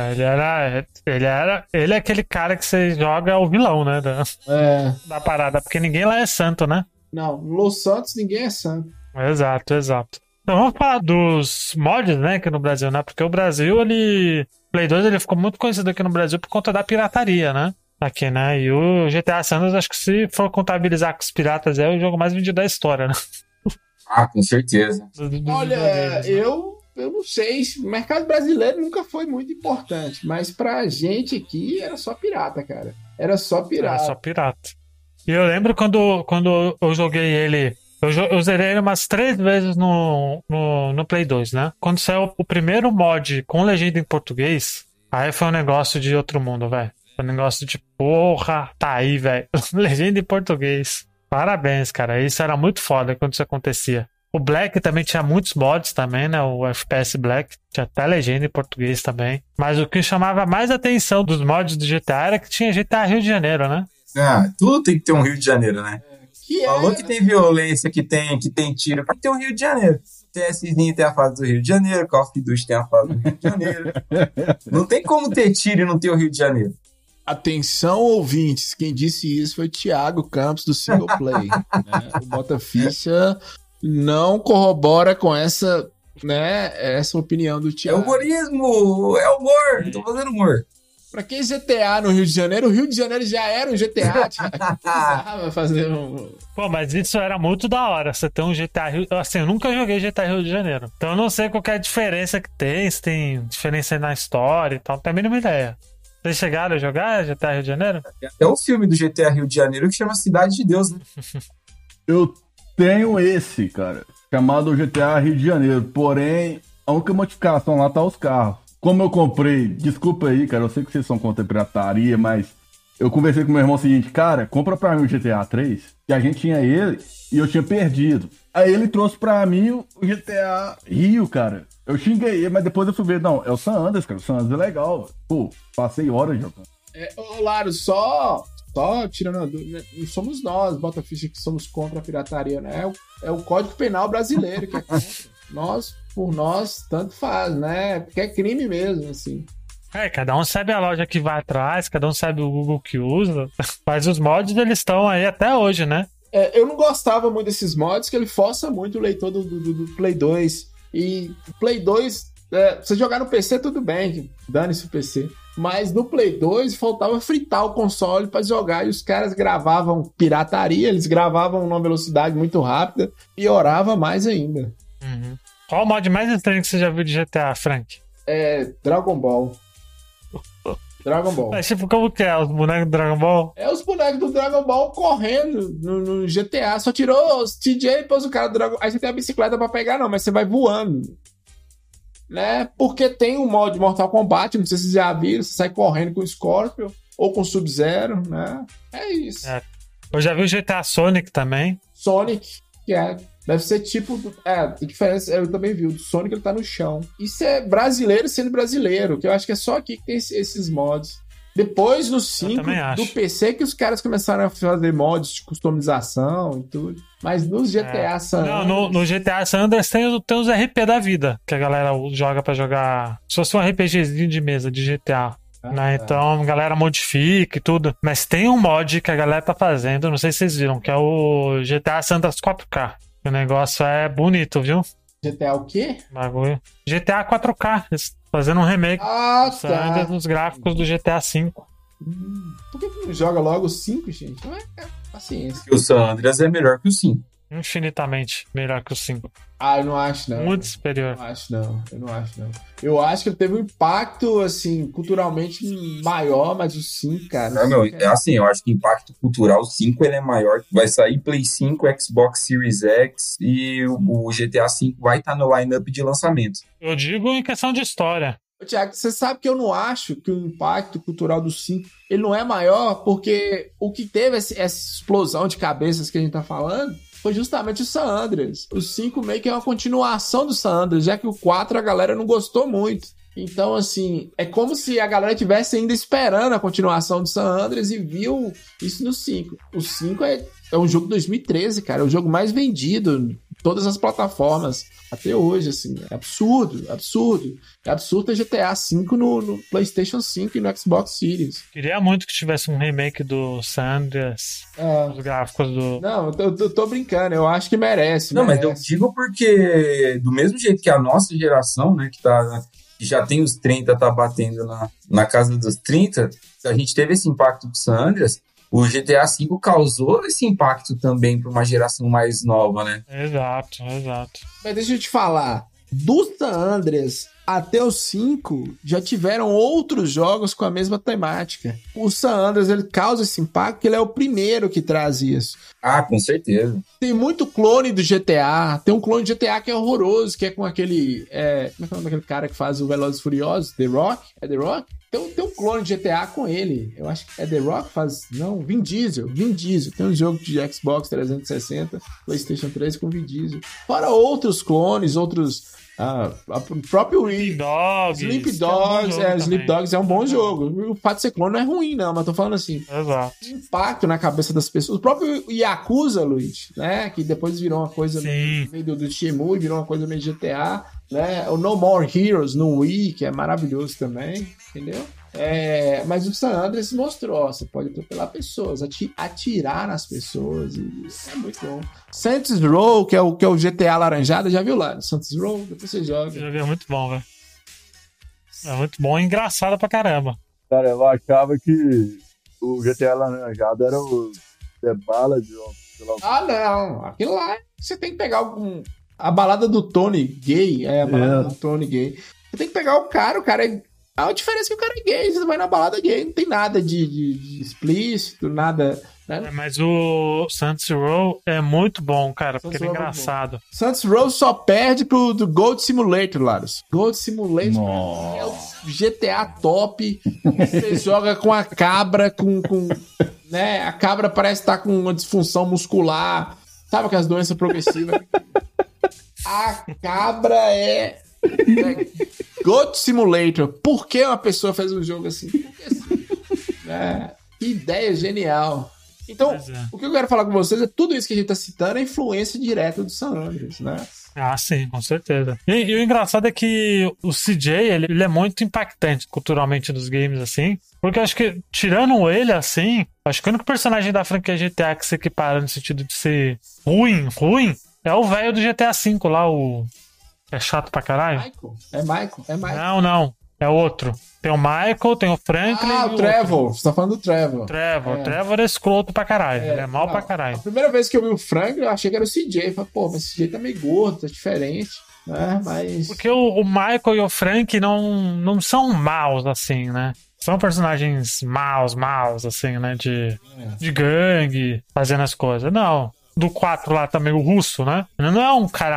Ele é aquele cara que você joga o vilão, né? Da parada. Porque ninguém lá é santo, né? Não, Los Santos ninguém é santo. Exato. Então vamos falar dos mods, né, aqui no Brasil, né? Porque o Brasil, Play 2, ele ficou muito conhecido aqui no Brasil por conta da pirataria, né? Aqui, né? E o GTA San Andreas, acho que se for contabilizar com os piratas, é o jogo mais vendido da história, né? Com certeza. Olha, eu não sei, o mercado brasileiro nunca foi muito importante, mas pra gente aqui era só pirata, cara. Era só pirata. E eu lembro quando eu joguei ele, eu zerei ele umas 3 vezes no Play 2, né? Quando saiu o primeiro mod com legenda em português, aí foi um negócio de outro mundo, velho. Foi um negócio de porra, tá aí, velho. Legenda em português. Parabéns, cara. Isso era muito foda quando isso acontecia. O Black também tinha muitos mods também, né? O FPS Black tinha até legenda em português também. Mas o que chamava mais atenção dos mods do GTA era que tinha GTA Rio de Janeiro, né? Tudo tem que ter um Rio de Janeiro, né? Falou que tem violência, que tem tiro, que tem um Rio de Janeiro. TSzinho tem a fase do Rio de Janeiro, Call of Duty tem a fase do Rio de Janeiro. Não tem como ter tiro e não ter o Rio de Janeiro. Atenção, ouvintes, quem disse isso foi Thiago Campos do Single Play. Né? O Bota Ficha não corrobora com essa, né, essa opinião do Thiago. É humorismo, é humor, tô fazendo humor. Pra que GTA no Rio de Janeiro? O Rio de Janeiro já era um GTA, precisava fazer um... Pô, mas isso era muito da hora. Você tem um GTA Rio... Assim, eu nunca joguei GTA Rio de Janeiro. Então eu não sei qual que é a diferença que tem, se tem diferença aí na história e tal. Não tenho a mínima ideia. Vocês chegaram a jogar GTA Rio de Janeiro? Tem até o filme do GTA Rio de Janeiro que chama Cidade de Deus, né? Eu tenho esse, cara, chamado GTA Rio de Janeiro. Porém, a única modificação lá tá os carros. Como eu comprei, desculpa aí, cara, eu sei que vocês são contra a pirataria, mas eu conversei com meu irmão o seguinte, cara, compra pra mim o GTA 3, que a gente tinha ele e eu tinha perdido. Aí ele trouxe pra mim o GTA Rio, cara. Eu xinguei ele, mas depois eu fui ver, não, é o San Andreas, cara, o San Andreas é legal. Pô, passei horas jogando. Ô, Laro, só tirando a dúvida, não somos nós, Botaficha, que somos contra a pirataria, né? É o Código Penal brasileiro que é contra. Por nós, tanto faz, né? Porque é crime mesmo, assim. Cada um sabe a loja que vai atrás, cada um sabe o Google que usa. Mas os mods, eles estão aí até hoje, né? Eu não gostava muito desses mods, que ele força muito o leitor do Play 2. E o Play 2, você jogar no PC, tudo bem, dane-se o PC. Mas no Play 2, faltava fritar o console pra jogar. E os caras gravavam pirataria, eles gravavam numa velocidade muito rápida. Piorava mais ainda. Uhum. Qual o mod mais estranho que você já viu de GTA, Frank? Dragon Ball. Dragon Ball. Mas tipo, como que é? Os bonecos do Dragon Ball? É os bonecos do Dragon Ball correndo no GTA. Só tirou os TJ e pôs o cara do Dragon Ball. Aí você tem a bicicleta pra pegar, não, mas você vai voando. Né? Porque tem um modo de Mortal Kombat, não sei se vocês já viram, você sai correndo com o Scorpion ou com o Sub-Zero, né? É isso. Eu já vi o GTA Sonic também. Sonic, que deve ser tipo... a diferença, eu também vi, o do Sonic ele tá no chão. Isso é brasileiro sendo brasileiro, que eu acho que é só aqui que tem esses mods. Depois, no 5 do PC, que os caras começaram a fazer mods de customização e tudo. Mas nos GTA San Andreas... Não, no GTA San Andreas tem os RP da vida, que a galera joga pra jogar... Se fosse um RPGzinho de mesa de GTA... né? Então a galera modifica e tudo. Mas tem um mod que a galera tá fazendo, não sei se vocês viram, que é o GTA San Andreas 4K. O negócio é bonito, viu? GTA o quê? Bagulho. GTA 4K. Fazendo um remake tá. Nos gráficos do GTA V. Por que não joga logo o 5, gente? Não é paciência. Porque o San Andreas é melhor que o 5. Infinitamente melhor que o 5. Eu não acho, não. Muito superior. Eu não acho, não. Eu acho que ele teve um impacto, assim, culturalmente maior, mas o 5, cara... Assim, eu acho que impacto cultural, o 5 ele é maior. Vai sair Play 5, Xbox Series X e o GTA V vai estar no line-up de lançamento. Eu digo em questão de história. Tiago, você sabe que eu não acho que o impacto cultural do 5 ele não é maior, porque o que teve essa explosão de cabeças que a gente tá falando foi justamente o San Andreas. O 5 meio que é uma continuação do San Andreas, já que o 4 a galera não gostou muito. Então, assim, é como se a galera estivesse ainda esperando a continuação do San Andreas e viu isso no 5. O 5 é um jogo de 2013, cara. É o jogo mais vendido em todas as plataformas até hoje, assim. É absurdo, absurdo. É absurdo ter GTA V no PlayStation 5 e no Xbox Series. Queria muito que tivesse um remake do San Andreas. Os gráficos do... Não, eu tô brincando. Eu acho que merece. Não, mas eu digo porque do mesmo jeito que a nossa geração, né, que já tem os 30, tá batendo na casa dos 30, a gente teve esse impacto do San Andreas, o GTA V causou esse impacto também para uma geração mais nova, né? Exato. Mas deixa eu te falar, do San Andreas até o 5, já tiveram outros jogos com a mesma temática. O San Andreas, ele causa esse impacto porque ele é o primeiro que traz isso. Com certeza. Tem muito clone do GTA. Tem um clone de GTA que é horroroso, que é com aquele... como é que é o nome daquele cara que faz o Velozes e Furiosos? The Rock? É The Rock? Tem um clone de GTA com ele. Eu acho que é The Rock faz... Não, Vin Diesel. Tem um jogo de Xbox 360, PlayStation 3 com Vin Diesel. Fora outros clones, outros... o próprio Sleep Dogs é um bom jogo. O fato de ser clone não é ruim, não, mas tô falando assim. Exato. Impacto na cabeça das pessoas. O próprio Yakuza, Luiz, né? Que depois virou uma coisa meio do Shenmue, virou uma coisa meio GTA, né? O No More Heroes no Wii, que é maravilhoso também, entendeu? Mas o San Andreas mostrou, você pode atropelar pessoas, atirar nas pessoas, e isso é muito bom. Saints Row, que é o GTA laranjada, já viu lá? Saints Row, depois você joga. Eu joguei, é muito bom, velho. É muito bom e engraçado pra caramba. Cara, eu achava que o GTA Laranjado era o The Ballad, sei lá. Ah, não. Aquilo lá, você tem que pegar a balada do Tony gay. A balada do Tony gay. Você tem que pegar o cara é... A diferença é que o cara é gay. Você vai na balada gay, não tem nada de explícito, nada... Né? Mas o Saints Row é muito bom, cara, porque ele é engraçado. Saints Row só perde do Gold Simulator, Larus. Gold Simulator é o GTA top. Você joga com a cabra, né? A cabra parece estar com uma disfunção muscular. Sabe aquelas doenças progressivas? A cabra é Gold Simulator. Por que uma pessoa fez um jogo assim? Porque assim, né? Que ideia genial. Então, o que eu quero falar com vocês é tudo isso que a gente tá citando é influência direta do San Andreas, né? Ah, sim, com certeza. E o engraçado é que o CJ, ele é muito impactante culturalmente nos games, assim, porque eu acho que, tirando ele, assim, acho que o único personagem da franquia GTA que se equipara no sentido de ser ruim, é o velho do GTA V lá, o... É chato pra caralho? Michael. Não. É outro. Tem o Michael, tem o Franklin. Ah, o Trevor. Você tá falando do Trevor. Trevor é escroto pra caralho. Ele é mal pra caralho. A primeira vez que eu vi o Franklin, eu achei que era o CJ. Eu falei, pô, mas o CJ tá meio gordo, tá diferente. Né? Mas... Porque o Michael e o Frank não são maus, assim, né? São personagens maus, assim, né? De gangue, fazendo as coisas. Não. Do 4 lá também, o russo, né? Ele não é um cara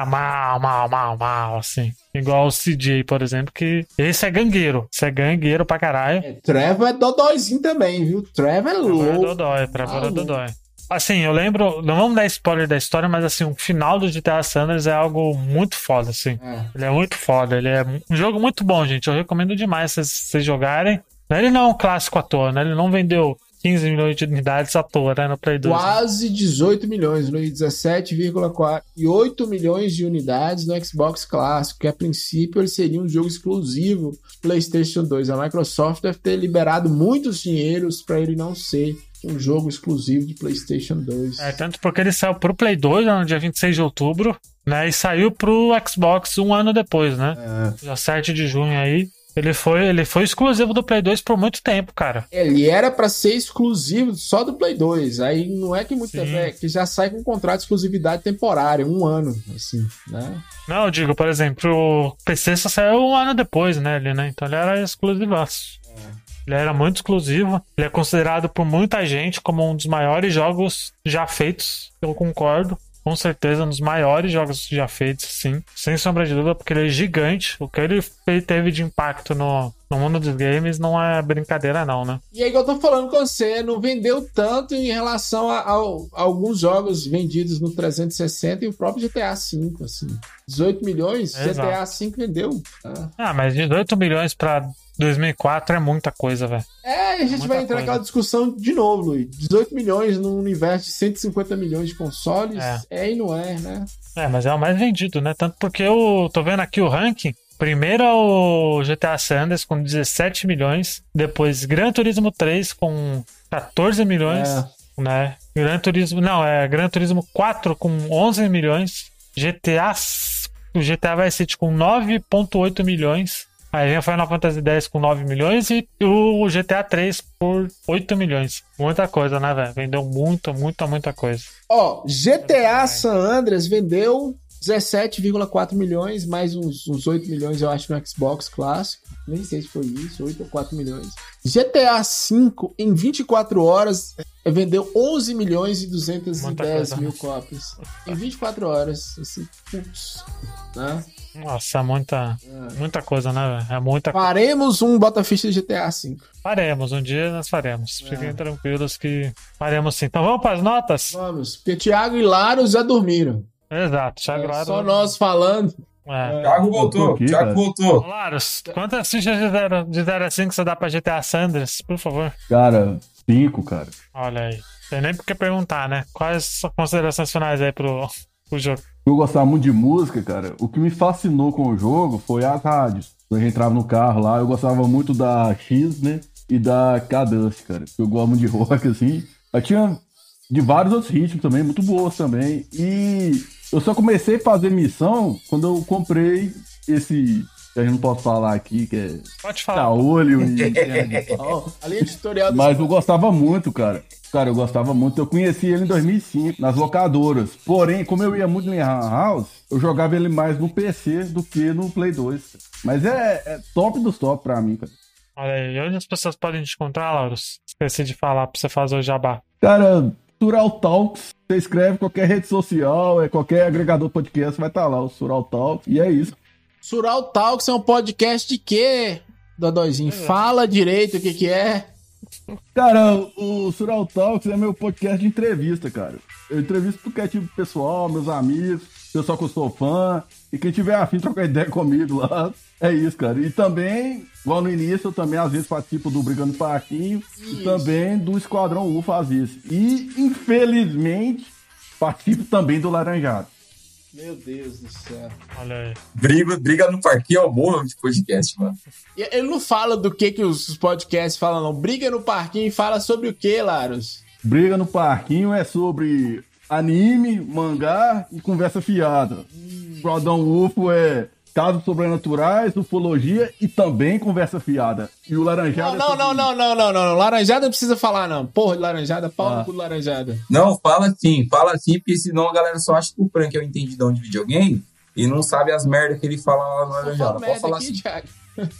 mal, assim. Igual o CJ, por exemplo, que esse é gangueiro. Esse é gangueiro pra caralho. Trevor é dodóizinho também, viu? Trevor é louco. Trevor é dodói. Assim, eu lembro, não vamos dar spoiler da história, mas assim, o final do GTA San Andreas é algo muito foda, assim. Ele é muito foda, ele é um jogo muito bom, gente. Eu recomendo demais vocês jogarem. Ele não é um clássico à toa, né? Ele não vendeu 15 milhões de unidades à toa, né, no Play 2. Quase 18 milhões, no 17,4 e 8 milhões de unidades no Xbox clássico, que a princípio ele seria um jogo exclusivo PlayStation 2. A Microsoft deve ter liberado muitos dinheiros para ele não ser um jogo exclusivo de PlayStation 2. Tanto porque ele saiu pro Play 2 no dia 26 de outubro, né, e saiu pro Xbox um ano depois, né? Já 7 de junho aí. Ele foi exclusivo do Play 2 por muito tempo, cara. Ele era pra ser exclusivo só do Play 2. Aí não é que muito tempo, é que já sai com um contrato de exclusividade temporária, 1 ano, assim, né? Não, eu digo, por exemplo, o PC só saiu 1 ano depois, né? Então ele era exclusivaço. Ele era muito exclusivo. Ele é considerado por muita gente como um dos maiores jogos já feitos. Eu concordo. Com certeza, um dos maiores jogos já feitos, sim. Sem sombra de dúvida, porque ele é gigante. O que ele teve de impacto no mundo dos games não é brincadeira, não, né? E aí que eu tô falando com você, não vendeu tanto em relação a alguns jogos vendidos no 360 e o próprio GTA V, assim. 18 milhões, Exato. GTA V vendeu. Mas 18 milhões pra 2004 é muita coisa, velho. A gente vai entrar naquela discussão de novo, Luiz. 18 milhões num universo de 150 milhões de consoles, e não é, né? Mas é o mais vendido, né? Tanto porque eu tô vendo aqui o ranking. Primeiro é o GTA San Andreas com 17 milhões. Depois Gran Turismo 3 com 14 milhões. Né? Gran Turismo 4 com 11 milhões. O GTA Vice City com 9,8 milhões. Aí vem o Final Fantasy X com 9 milhões e o GTA 3 por 8 milhões. Muita coisa, né, velho? Vendeu muita coisa. GTA San Andreas vendeu 17,4 milhões, mais uns 8 milhões, eu acho, no Xbox clássico. Nem sei se foi isso, 8 ou 4 milhões. GTA V, em 24 horas, vendeu 11 milhões e 210 mil cópias. Em 24 horas, assim, putz, né? Nossa, muita coisa, né, velho? É muita coisa. Faremos um Botaficha de GTA V. Faremos, um dia nós faremos. Fiquem tranquilos que faremos sim. Então vamos para as notas? Vamos, porque Thiago e Laro já dormiram. Exato, Thiago e Laro. Só nós falando. Thiago voltou, Thiago voltou. Laros, quantas fichas de 0 a 5 você dá pra GTA San Andreas, por favor? Cara, 5, cara. Olha aí. Tem nem por que perguntar, né? Quais as considerações finais aí pro jogo? Eu gostava muito de música, cara. O que me fascinou com o jogo foi as rádios. Quando a gente entrava no carro lá, eu gostava muito da X, né? E da Cadence, cara. Eu gosto muito de rock, assim. Eu tinha de vários outros ritmos também, muito boas também. E eu só comecei a fazer missão quando eu comprei esse que a gente não pode falar aqui, que é Pode falar. caolho e terra de pau. A linha editorial do Mas eu gostava muito, cara. Cara, eu gostava muito. Eu conheci ele em 2005, nas locadoras. Porém, como eu ia muito em Lan House, eu jogava ele mais no PC do que no Play 2. Mas é top dos top pra mim, cara. Olha aí, onde as pessoas podem te encontrar, Laurus? Esqueci de falar pra você fazer o jabá. Cara, Sural Talks, você escreve qualquer rede social, qualquer agregador podcast, vai estar lá, o Sural Talks, e é isso. Sural Talks é um podcast de quê, Dodóizinho? Fala direito o que é. Cara, o Sural Talks é meu podcast de entrevista, cara. Eu entrevisto tudo que é tipo pessoal, meus amigos, pessoal que eu sou fã, e quem tiver afim de trocar ideia comigo lá, é isso, cara. E também, igual no início, eu também às vezes participo do Brigando no Parquinho e também do Esquadrão U às vezes. E, infelizmente, participo também do Laranjado. Meu Deus do céu. Olha aí. Briga no Parquinho é o bom nome de podcast, mano. E ele não fala do que os podcasts falam, não. Briga no Parquinho e fala sobre o que, Larus? Briga no Parquinho é sobre anime, mangá e conversa fiada. Esquadrão UFO é casos sobrenaturais, ufologia e também conversa fiada. E o Laranjada... Não. Laranjada não precisa falar, não. Porra de Laranjada, pau no cu de Laranjada. Não, fala sim, porque senão a galera só acha que o Frank é o entendidão de videogame e não sabe as merdas que ele fala lá no Laranjada. Pode falar aqui, assim. Thiago.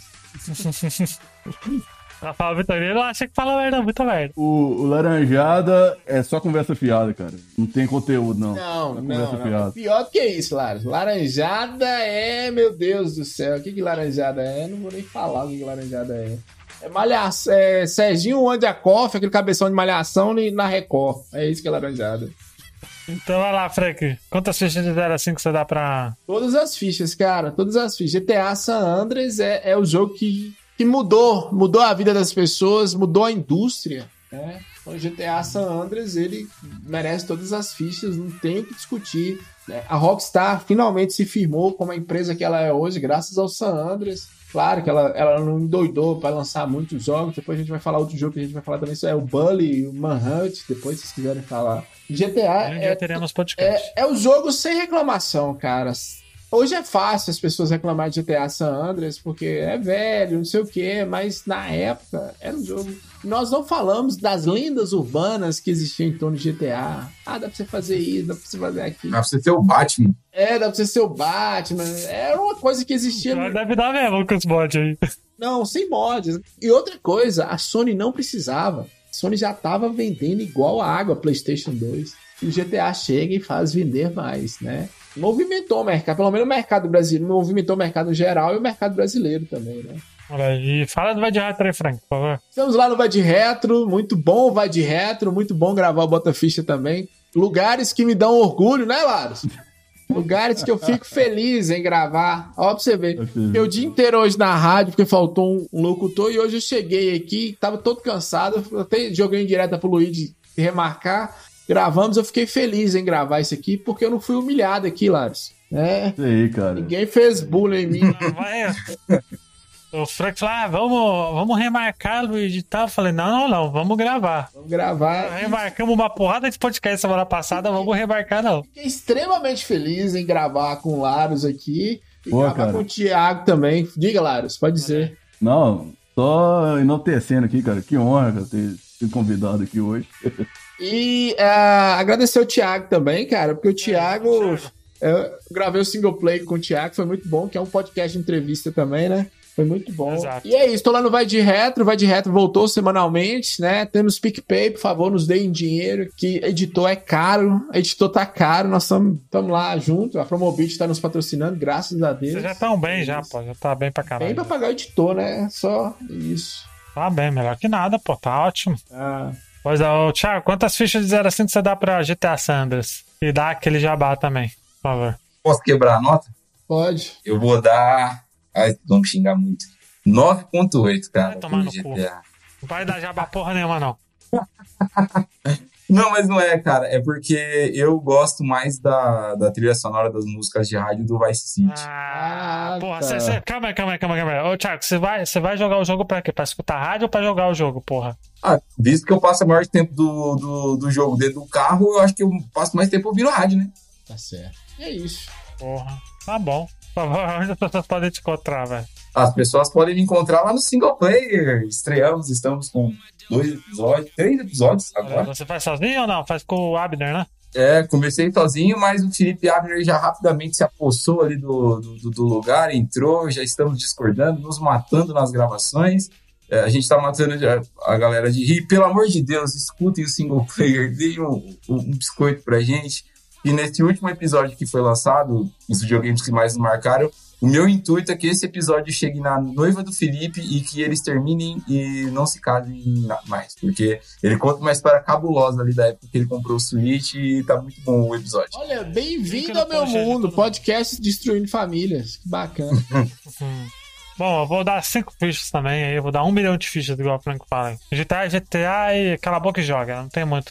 Rafael Vitorino acha que fala merda, muita merda. O Laranjada é só conversa fiada, cara. Não tem conteúdo, não. Não. Conversa fiada. Pior do que isso, Larus. Laranjada é, meu Deus do céu. O que Laranjada é? Não vou nem falar o que Laranjada é. É malhação, é Serginho Andiakoff, aquele cabeção de malhação na Record. É isso que é Laranjada. Então vai lá, Frank. Quantas fichas de 0 a 5 você dá pra... Todas as fichas, cara. Todas as fichas. GTA San Andreas é o jogo que mudou a vida das pessoas, mudou a indústria, né? O GTA San Andreas, ele merece todas as fichas, não tem o que discutir, né? A Rockstar finalmente se firmou como a empresa que ela é hoje, graças ao San Andreas. Claro que ela não endoidou para lançar muitos jogos, depois a gente vai falar outro jogo que a gente vai falar também, isso é o Bully, o Manhunt, depois se vocês quiserem falar. GTA teremos podcast. É o jogo sem reclamação, cara. Hoje é fácil as pessoas reclamar de GTA San Andreas porque é velho, não sei o que, mas na época era um jogo. Nós não falamos das lendas urbanas que existiam em torno de GTA. Ah, dá pra você fazer isso, dá pra você fazer aquilo. Dá pra você ser o Batman. Dá pra você ser o Batman. Era uma coisa que existia. Deve dar mesmo com os mods aí. Não, sem mods. E outra coisa, a Sony não precisava. A Sony já tava vendendo igual a água PlayStation 2. E o GTA chega e faz vender mais, né? Movimentou o mercado, pelo menos o mercado brasileiro, movimentou o mercado geral e o mercado brasileiro também, né? Olha aí, fala do Vai de Retro aí, Frank, por favor. Estamos lá no Vai de Retro, muito bom o Vai de Retro, muito bom gravar o Bota Ficha também. Lugares que me dão orgulho, né, Larus? Lugares que eu fico feliz em gravar. Ó, pra você ver. Eu o dia inteiro hoje na rádio, porque faltou um locutor, e hoje eu cheguei aqui, tava todo cansado, eu até joguei em direta pro Luigi remarcar. Gravamos, eu fiquei feliz em gravar isso aqui, porque eu não fui humilhado aqui, Larus. Isso aí, cara. Ninguém fez bullying em mim. O Frank falou, vamos remarcar, Luigi e tal. Eu falei, não, vamos gravar. Vamos gravar. Remarcamos uma porrada de podcast semana passada, vamos remarcar não. Fiquei extremamente feliz em gravar com o Larus aqui. E Pô, gravar cara. com o Thiago também. Diga, Larus, pode dizer. Não, só enaltecendo aqui, cara. Que honra, cara, ter sido convidado aqui hoje. E agradecer o Thiago também, cara, porque o Thiago... Eu gravei o single play com o Thiago, foi muito bom, que é um podcast de entrevista também, né? Foi muito bom. Exato. E é isso, tô lá no Vai de Retro voltou semanalmente, né? Temos PicPay, por favor, nos deem dinheiro, que editor é caro, editor tá caro, nós estamos lá junto, a Promobit tá nos patrocinando, graças a Deus. Vocês já estão bem já, pô, já tá bem pra caralho. Bem pra pagar o editor, né? Só isso. Tá bem, melhor que nada, pô, tá ótimo. Ah... Pois é, ô, Thiago, quantas fichas de 0 a 5 você dá pra GTA San Andreas? E dá aquele jabá também, por favor. Posso quebrar a nota? Pode. Eu vou dar... Ai, vão me xingar muito. 9.8, cara. Vai tomar no GTA. cu. Não vai dar jabá porra nenhuma, não. Não, mas não é, cara. É porque eu gosto mais da trilha sonora das músicas de rádio do Vice City. Porra, tá. calma aí. Ô, Thiago, você vai jogar o jogo pra quê? Pra escutar rádio ou pra jogar o jogo, porra? Visto que eu passo o maior tempo do jogo dentro do carro, eu acho que eu passo mais tempo ouvindo rádio, né? Tá certo. É isso. Porra, tá bom. Onde as pessoas podem te encontrar, velho? As pessoas podem me encontrar lá no Single Player. Estamos com 3 episódios agora. Você faz sozinho ou não? Faz com o Abner, né? Comecei sozinho, mas o Felipe Abner já rapidamente se apossou ali do lugar, entrou, já estamos discordando, nos matando nas gravações. A gente tá matando a galera de rir. Pelo amor de Deus, escutem o Single Player, deem um biscoito pra gente. E nesse último episódio que foi lançado, os videogames que mais nos marcaram, o meu intuito é que esse episódio chegue na noiva do Felipe e que eles terminem e não se casem mais. Porque ele conta uma história cabulosa ali da época que ele comprou o Switch e tá muito bom o episódio. Olha, bem-vindo ao meu mundo, podcast Destruindo Famílias. Que bacana. Bom, eu vou dar 5 fichas também, aí eu vou dar 1 milhão de fichas, igual o Franco fala. GTA e cala a boca e joga, não tem muito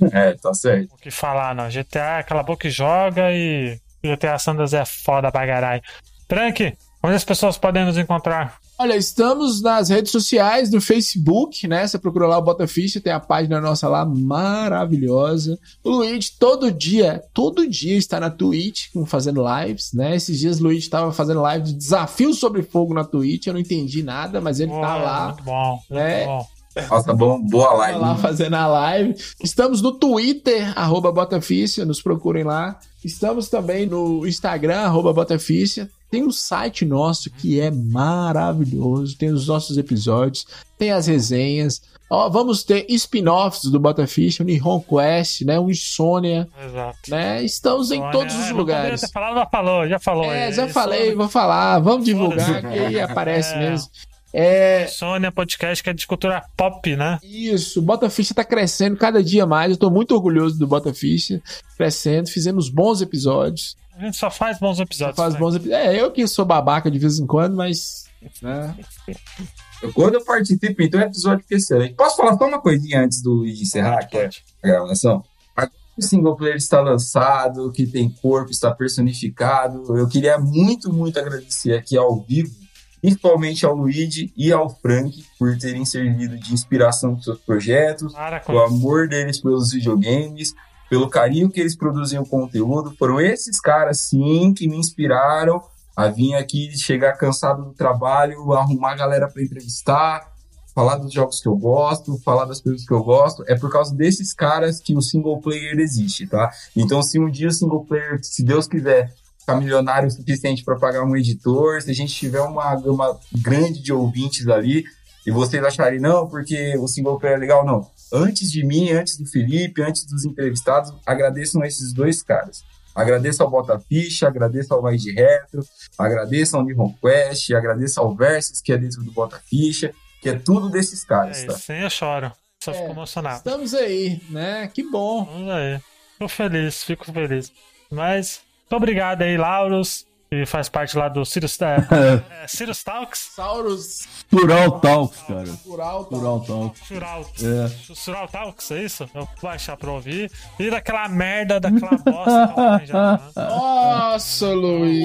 Tá certo. o que falar, não. GTA é cala a boca e joga e GTA Sanders é foda pra caralho. Frank, onde as pessoas podem nos encontrar? Olha, estamos nas redes sociais, no Facebook, né? Você procura lá o Bota Ficha, tem a página nossa lá maravilhosa. O Luigi todo dia está na Twitch fazendo lives, né? Esses dias o Luigi estava fazendo live de Desafio sobre Fogo na Twitch, eu não entendi nada, mas ele tá lá. Muito bom, né? muito bom. Nossa, boa live. Tá lá fazendo a live. Estamos no Twitter, @botaficha, nos procurem lá. Estamos também no Instagram, @botaficha. Tem um site nosso que é maravilhoso, tem os nossos episódios, tem as resenhas. Vamos ter spin-offs do Botaficha, um Nihon Quest, né? Um Insônia. Exato. Né? Estamos em todos os lugares. Ter falado, já falou. Já falei, vou falar. Vamos divulgar que aí aparece mesmo. Insônia Podcast, que é de cultura pop, né? Isso, o Botaficha tá crescendo cada dia mais. Eu tô muito orgulhoso do Botaficha crescendo. Fizemos bons episódios. A gente só faz bons episódios. Eu que sou babaca de vez em quando, mas... né? Quando eu participo, então é episódio que é excelente. Posso falar só uma coisinha antes do Luigi encerrar, que é a gravação? O Single Player está lançado, que tem corpo, está personificado. Eu queria muito, muito agradecer aqui ao vivo, principalmente ao Luigi e ao Frank, por terem servido de inspiração para seus projetos, o amor deles pelos videogames, pelo carinho que eles produzem o conteúdo. Foram esses caras, sim, que me inspiraram a vir aqui, chegar cansado do trabalho, arrumar a galera para entrevistar, falar dos jogos que eu gosto, falar das coisas que eu gosto. É por causa desses caras que o Single Player existe, tá? Então, se um dia o Single Player, se Deus quiser, ficar milionário o suficiente para pagar um editor, se a gente tiver uma gama grande de ouvintes ali, e vocês acharem, não, porque o Single Player é legal, não. Antes de mim, antes do Felipe, antes dos entrevistados, agradeçam a esses dois caras. Agradeço ao Botaficha, agradeço ao Mind Retro, agradeço ao Nihon Quest, agradeço ao Versus, que é dentro do Botaficha, que é tudo desses caras, tá? Sim, eu choro. Só fico emocionado. Estamos aí, né? Que bom. Estamos aí. Fico feliz. Mas, muito obrigado aí, Lauros, que faz parte lá do Sirius Talks. Plural Talks, cara. Plural Talks. Plural Talks, é isso? Eu vou baixar pra ouvir. E daquela merda, daquela bosta que já, né? Nossa, Luiz.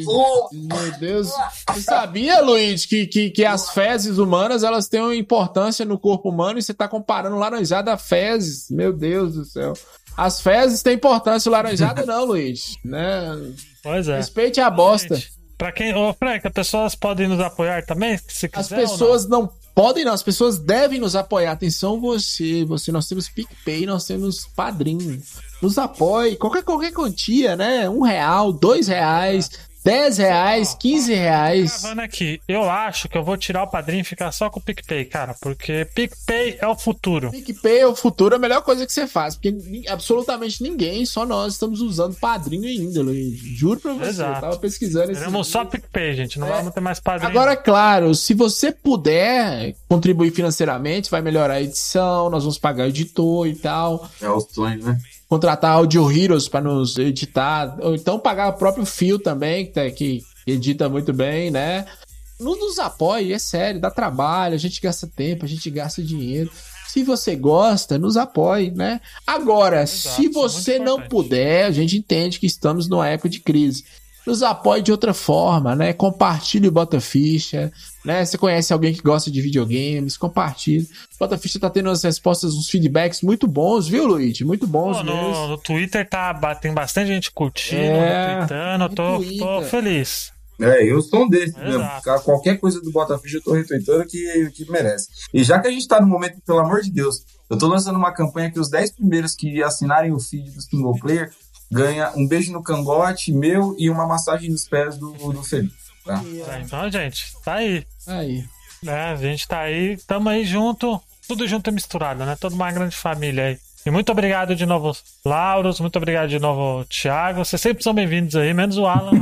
Meu Deus. Você sabia, Luiz, que as fezes humanas, elas têm uma importância no corpo humano e você tá comparando laranjada a fezes? Meu Deus do céu. As fezes têm importância, laranjada não, Luiz. Né? Pois é. Respeite a bosta. Gente, pra quem... Frank, as pessoas podem nos apoiar também, se quiser. As pessoas não podem, não. As pessoas devem nos apoiar. Atenção você. Nós temos PicPay, nós temos Padrinho. Nos apoie. Qualquer quantia, né? R$1, R$2, R$10, R$15. Gravando aqui, eu acho que eu vou tirar o Padrinho e ficar só com o PicPay, cara, porque PicPay é o futuro. PicPay é o futuro, a melhor coisa que você faz, porque absolutamente ninguém, só nós estamos usando Padrinho ainda, Luiz. Juro pra você, Exato. Eu tava pesquisando esse. Teremos só PicPay, gente, não vamos ter mais Padrinho. Agora, claro, se você puder contribuir financeiramente, vai melhorar a edição, nós vamos pagar o editor e tal. É o sonho, né? Contratar Audio Heroes para nos editar, ou então pagar o próprio Fio também, que edita muito bem, né? Nos apoie, é sério, dá trabalho, a gente gasta tempo, a gente gasta dinheiro. Se você gosta, nos apoie, né? Agora, se você não puder, a gente entende que estamos numa época de crise. nos apoie de outra forma, né? Compartilhe o Bota Ficha, né? Você conhece alguém que gosta de videogames, compartilhe. O Bota Ficha tá tendo umas respostas, uns feedbacks muito bons, viu, Luigi? Muito bons mesmo. No Twitter tem bastante gente curtindo, retweetando, tô feliz. Eu sou um desses mesmo. Qualquer coisa do Bota Ficha eu tô retweetando que merece. E já que a gente tá no momento, pelo amor de Deus, eu tô lançando uma campanha que os 10 primeiros que assinarem o feed do Single Player ganha um beijo no cangote meu e uma massagem nos pés do Felipe. Tá? Então, gente, tá aí. A gente tá aí, tamo aí junto, tudo junto e misturado, né? Toda uma grande família aí. E muito obrigado de novo, Lauros, muito obrigado de novo, Thiago. Vocês sempre são bem-vindos aí, menos o Alan.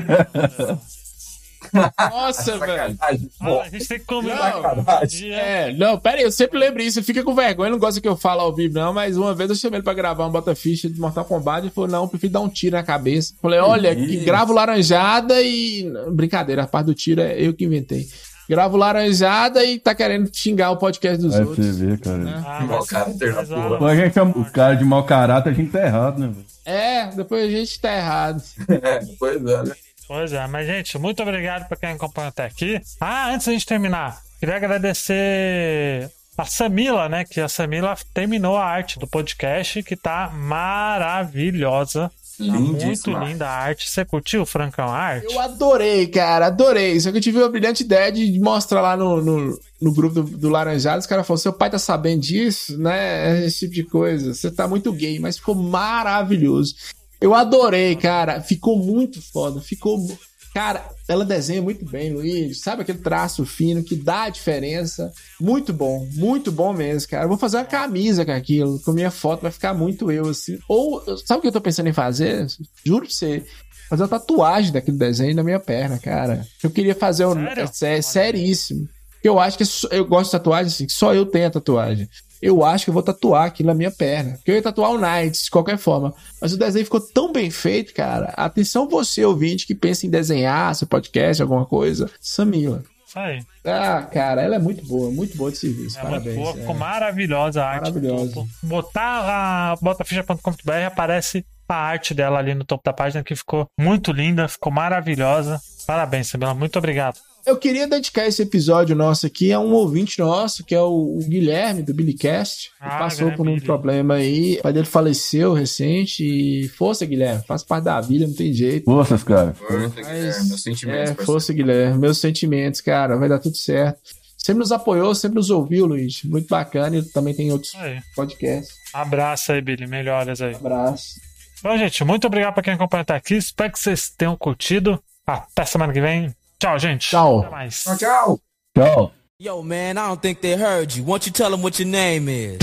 Nossa, velho. A gente tem que combinar. Não, pera aí, eu sempre lembro isso. Fica com vergonha, não gosta que eu falo ao vivo, não. Mas uma vez eu chamei ele pra gravar um Bota Ficha de Mortal Kombat. Ele falou: não, eu prefiro dar um tiro na cabeça. Falei: olha, que gravo laranjada e. Brincadeira, a parte do tiro é eu que inventei. Gravo laranjada e tá querendo xingar o podcast dos outros. Você vê, cara. Mau caráter na porra. Quando a gente chama o cara de mau caráter, a gente tá errado, né, velho? Depois a gente tá errado. Pois é, né? Pois é, mas gente, muito obrigado pra quem acompanha até aqui. Antes da gente terminar, queria agradecer a Samila, né? Que a Samila terminou a arte do podcast, que tá maravilhosa. Tá muito linda a arte. Você curtiu, Francão, a arte? Eu adorei, cara, adorei. Só que eu tive uma brilhante ideia de mostrar lá no grupo do Laranjado. Os caras falaram: seu pai tá sabendo disso, né? Esse tipo de coisa. Você tá muito gay, mas ficou maravilhoso. Eu adorei, cara. Ficou muito foda. Cara, ela desenha muito bem, Luiz. Sabe aquele traço fino que dá a diferença? Muito bom mesmo, cara. Eu vou fazer uma camisa com aquilo, com minha foto, vai ficar muito eu, assim. Ou, sabe o que eu tô pensando em fazer? Juro pra você. Fazer uma tatuagem daquele desenho na minha perna, cara. Eu queria fazer seríssimo. Eu acho que eu gosto de tatuagem, assim, que só eu tenho a tatuagem. Eu acho que eu vou tatuar aquilo na minha perna. Porque eu ia tatuar o Knights, de qualquer forma. Mas o desenho ficou tão bem feito, cara. Atenção você, ouvinte, que pensa em desenhar seu podcast, alguma coisa. Samila. Isso aí. Cara, ela é muito boa de serviço. Parabéns. Muito boa, ficou maravilhosa a arte. Maravilhosa. Botar a botaficha.com.br, aparece a arte dela ali no topo da página, que ficou muito linda, ficou maravilhosa. Parabéns, Samila. Muito obrigado. Eu queria dedicar esse episódio nosso aqui a um ouvinte nosso, que é o Guilherme, do BillyCast, que passou por um problema aí. O pai dele faleceu recente e força, Guilherme, faz parte da vida, não tem jeito. Forças, cara. Força, Guilherme, meus sentimentos. Força, Guilherme, meus sentimentos, cara, vai dar tudo certo. Sempre nos apoiou, sempre nos ouviu, Luiz. Muito bacana, e também tem outros podcasts. Abraço aí, Billy, melhoras aí. Abraço. Bom, gente, muito obrigado pra quem acompanha até aqui. Espero que vocês tenham curtido. Até semana que vem. Tchau, gente. Tchau. Até mais. Tchau. Tchau. Yo, man, I don't think they heard you. Won't you tell them what your name is?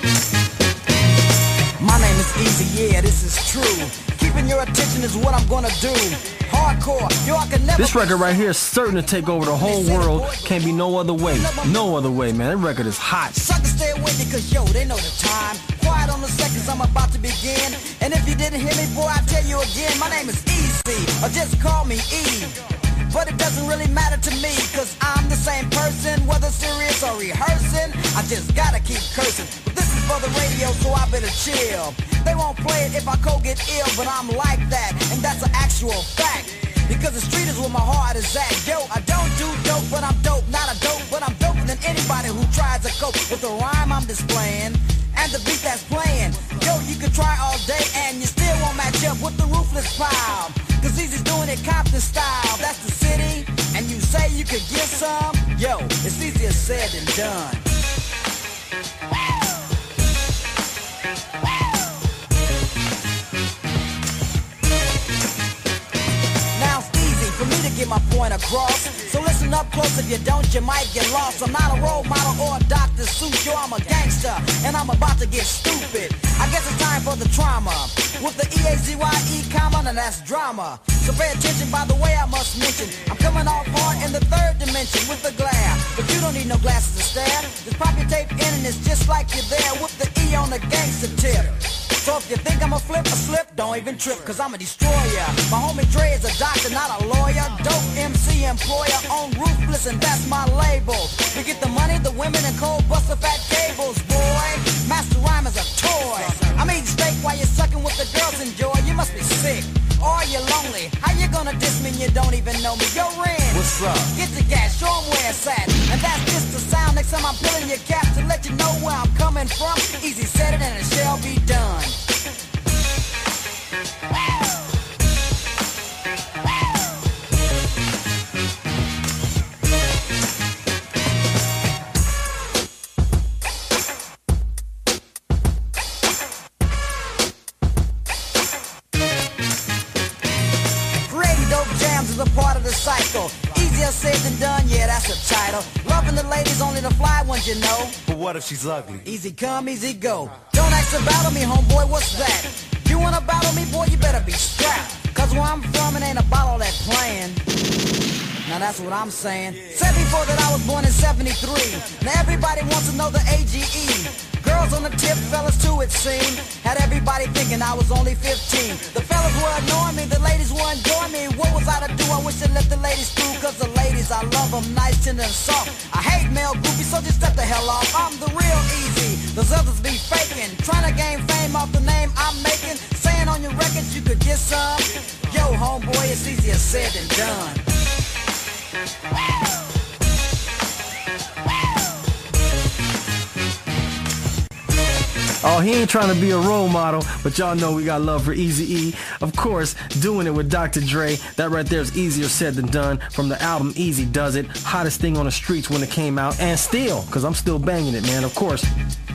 My name is Easy, yeah, this is true. Keeping your attention is what I'm gonna do. Hardcore, yo, I can never. This record right here is certain to take over the whole world. Can't be no other way. No other way, man. That record is hot. Suckers stay away because, yo, they know the time. Quiet on the seconds, I'm about to begin. And if you didn't hear me, boy, I tell you again. My name is Easy, or just call me E. But it doesn't really matter to me, cause I'm the same person, whether serious or rehearsing. I just gotta keep cursing. But this is for the radio, so I better chill. They won't play it if I get ill, but I'm like that, and that's an actual fact. Because the street is where my heart is at. Yo, I don't do dope, but I'm dope. Not a dope, but I'm doper than anybody who tries to cope with the rhyme I'm displaying and the beat that's playing. Yo, you can try all day and you still won't match up with the ruthless pile. Cause Easy's doing it Compton style. That's the city, and you say you could get some. Yo, it's easier said than done. Now it's easy for me to get my point across. So listen up close, if you don't, you might get lost. I'm not a role model or a Dr. Seuss. Yo, I'm a gangster, and I'm about to get stupid. I guess it's time for the trauma. With the E-A-Z-Y-E comma, and that's drama. So pay attention by the way I must mention. I'm coming off hard in the third dimension with the glare. But you don't need no glasses to stare. Just pop your tape in and it's just like you're there with the E on the gangster tip. So if you think I'm a slip, don't even trip, cause I'm a destroyer. My homie Dre is a doctor, not a lawyer. Dope MC employer on Ruthless, and that's my label. We get the money, the women, and cold buster fat cables, boy. Master Rhyme is a toy. I'm eating steak while you're sucking what the girls enjoy. You must be sick, or you're lonely. How you gonna gonna diss me and you don't even know me. Yo, Ren, What's up? get the gas, show 'em where it's at. And that's just the sound. Next time I'm peeling your cap to let you know where I'm coming from. Easy said it and it shall be done. Creating dope jams is a part of the cycle. Easier said than done, yeah, that's the title. Loving the ladies, only the fly ones, you know. But what if she's ugly? Easy come, easy go. Don't ask to battle me, homeboy, what's that? You wanna battle me, boy, you better be strapped. Cause where I'm from, it ain't about all that playing. Now that's what I'm saying. Said before that I was born in 73. Now everybody wants to know the AGE. Girls on the tip, fellas too, it seemed. Had everybody thinking I was only 15. The fellas were ignoring me, the ladies were enjoying me. What was I to do? I wish I let the ladies through. Cause the ladies, I love them nice, tender, and soft. I hate male groupies, so just step the hell off. I'm the real easy, those others be faking. Trying to gain fame off the name I'm making. Saying on your records you could get some. Yo, homeboy, it's easier said than done. Oh, he ain't trying to be a role model, but y'all know we got love for Eazy-E. Of course, doing it with Dr. Dre. That right there is easier said than done. From the album Easy Does It, hottest thing on the streets when it came out, and still, because I'm still banging it, man, of course.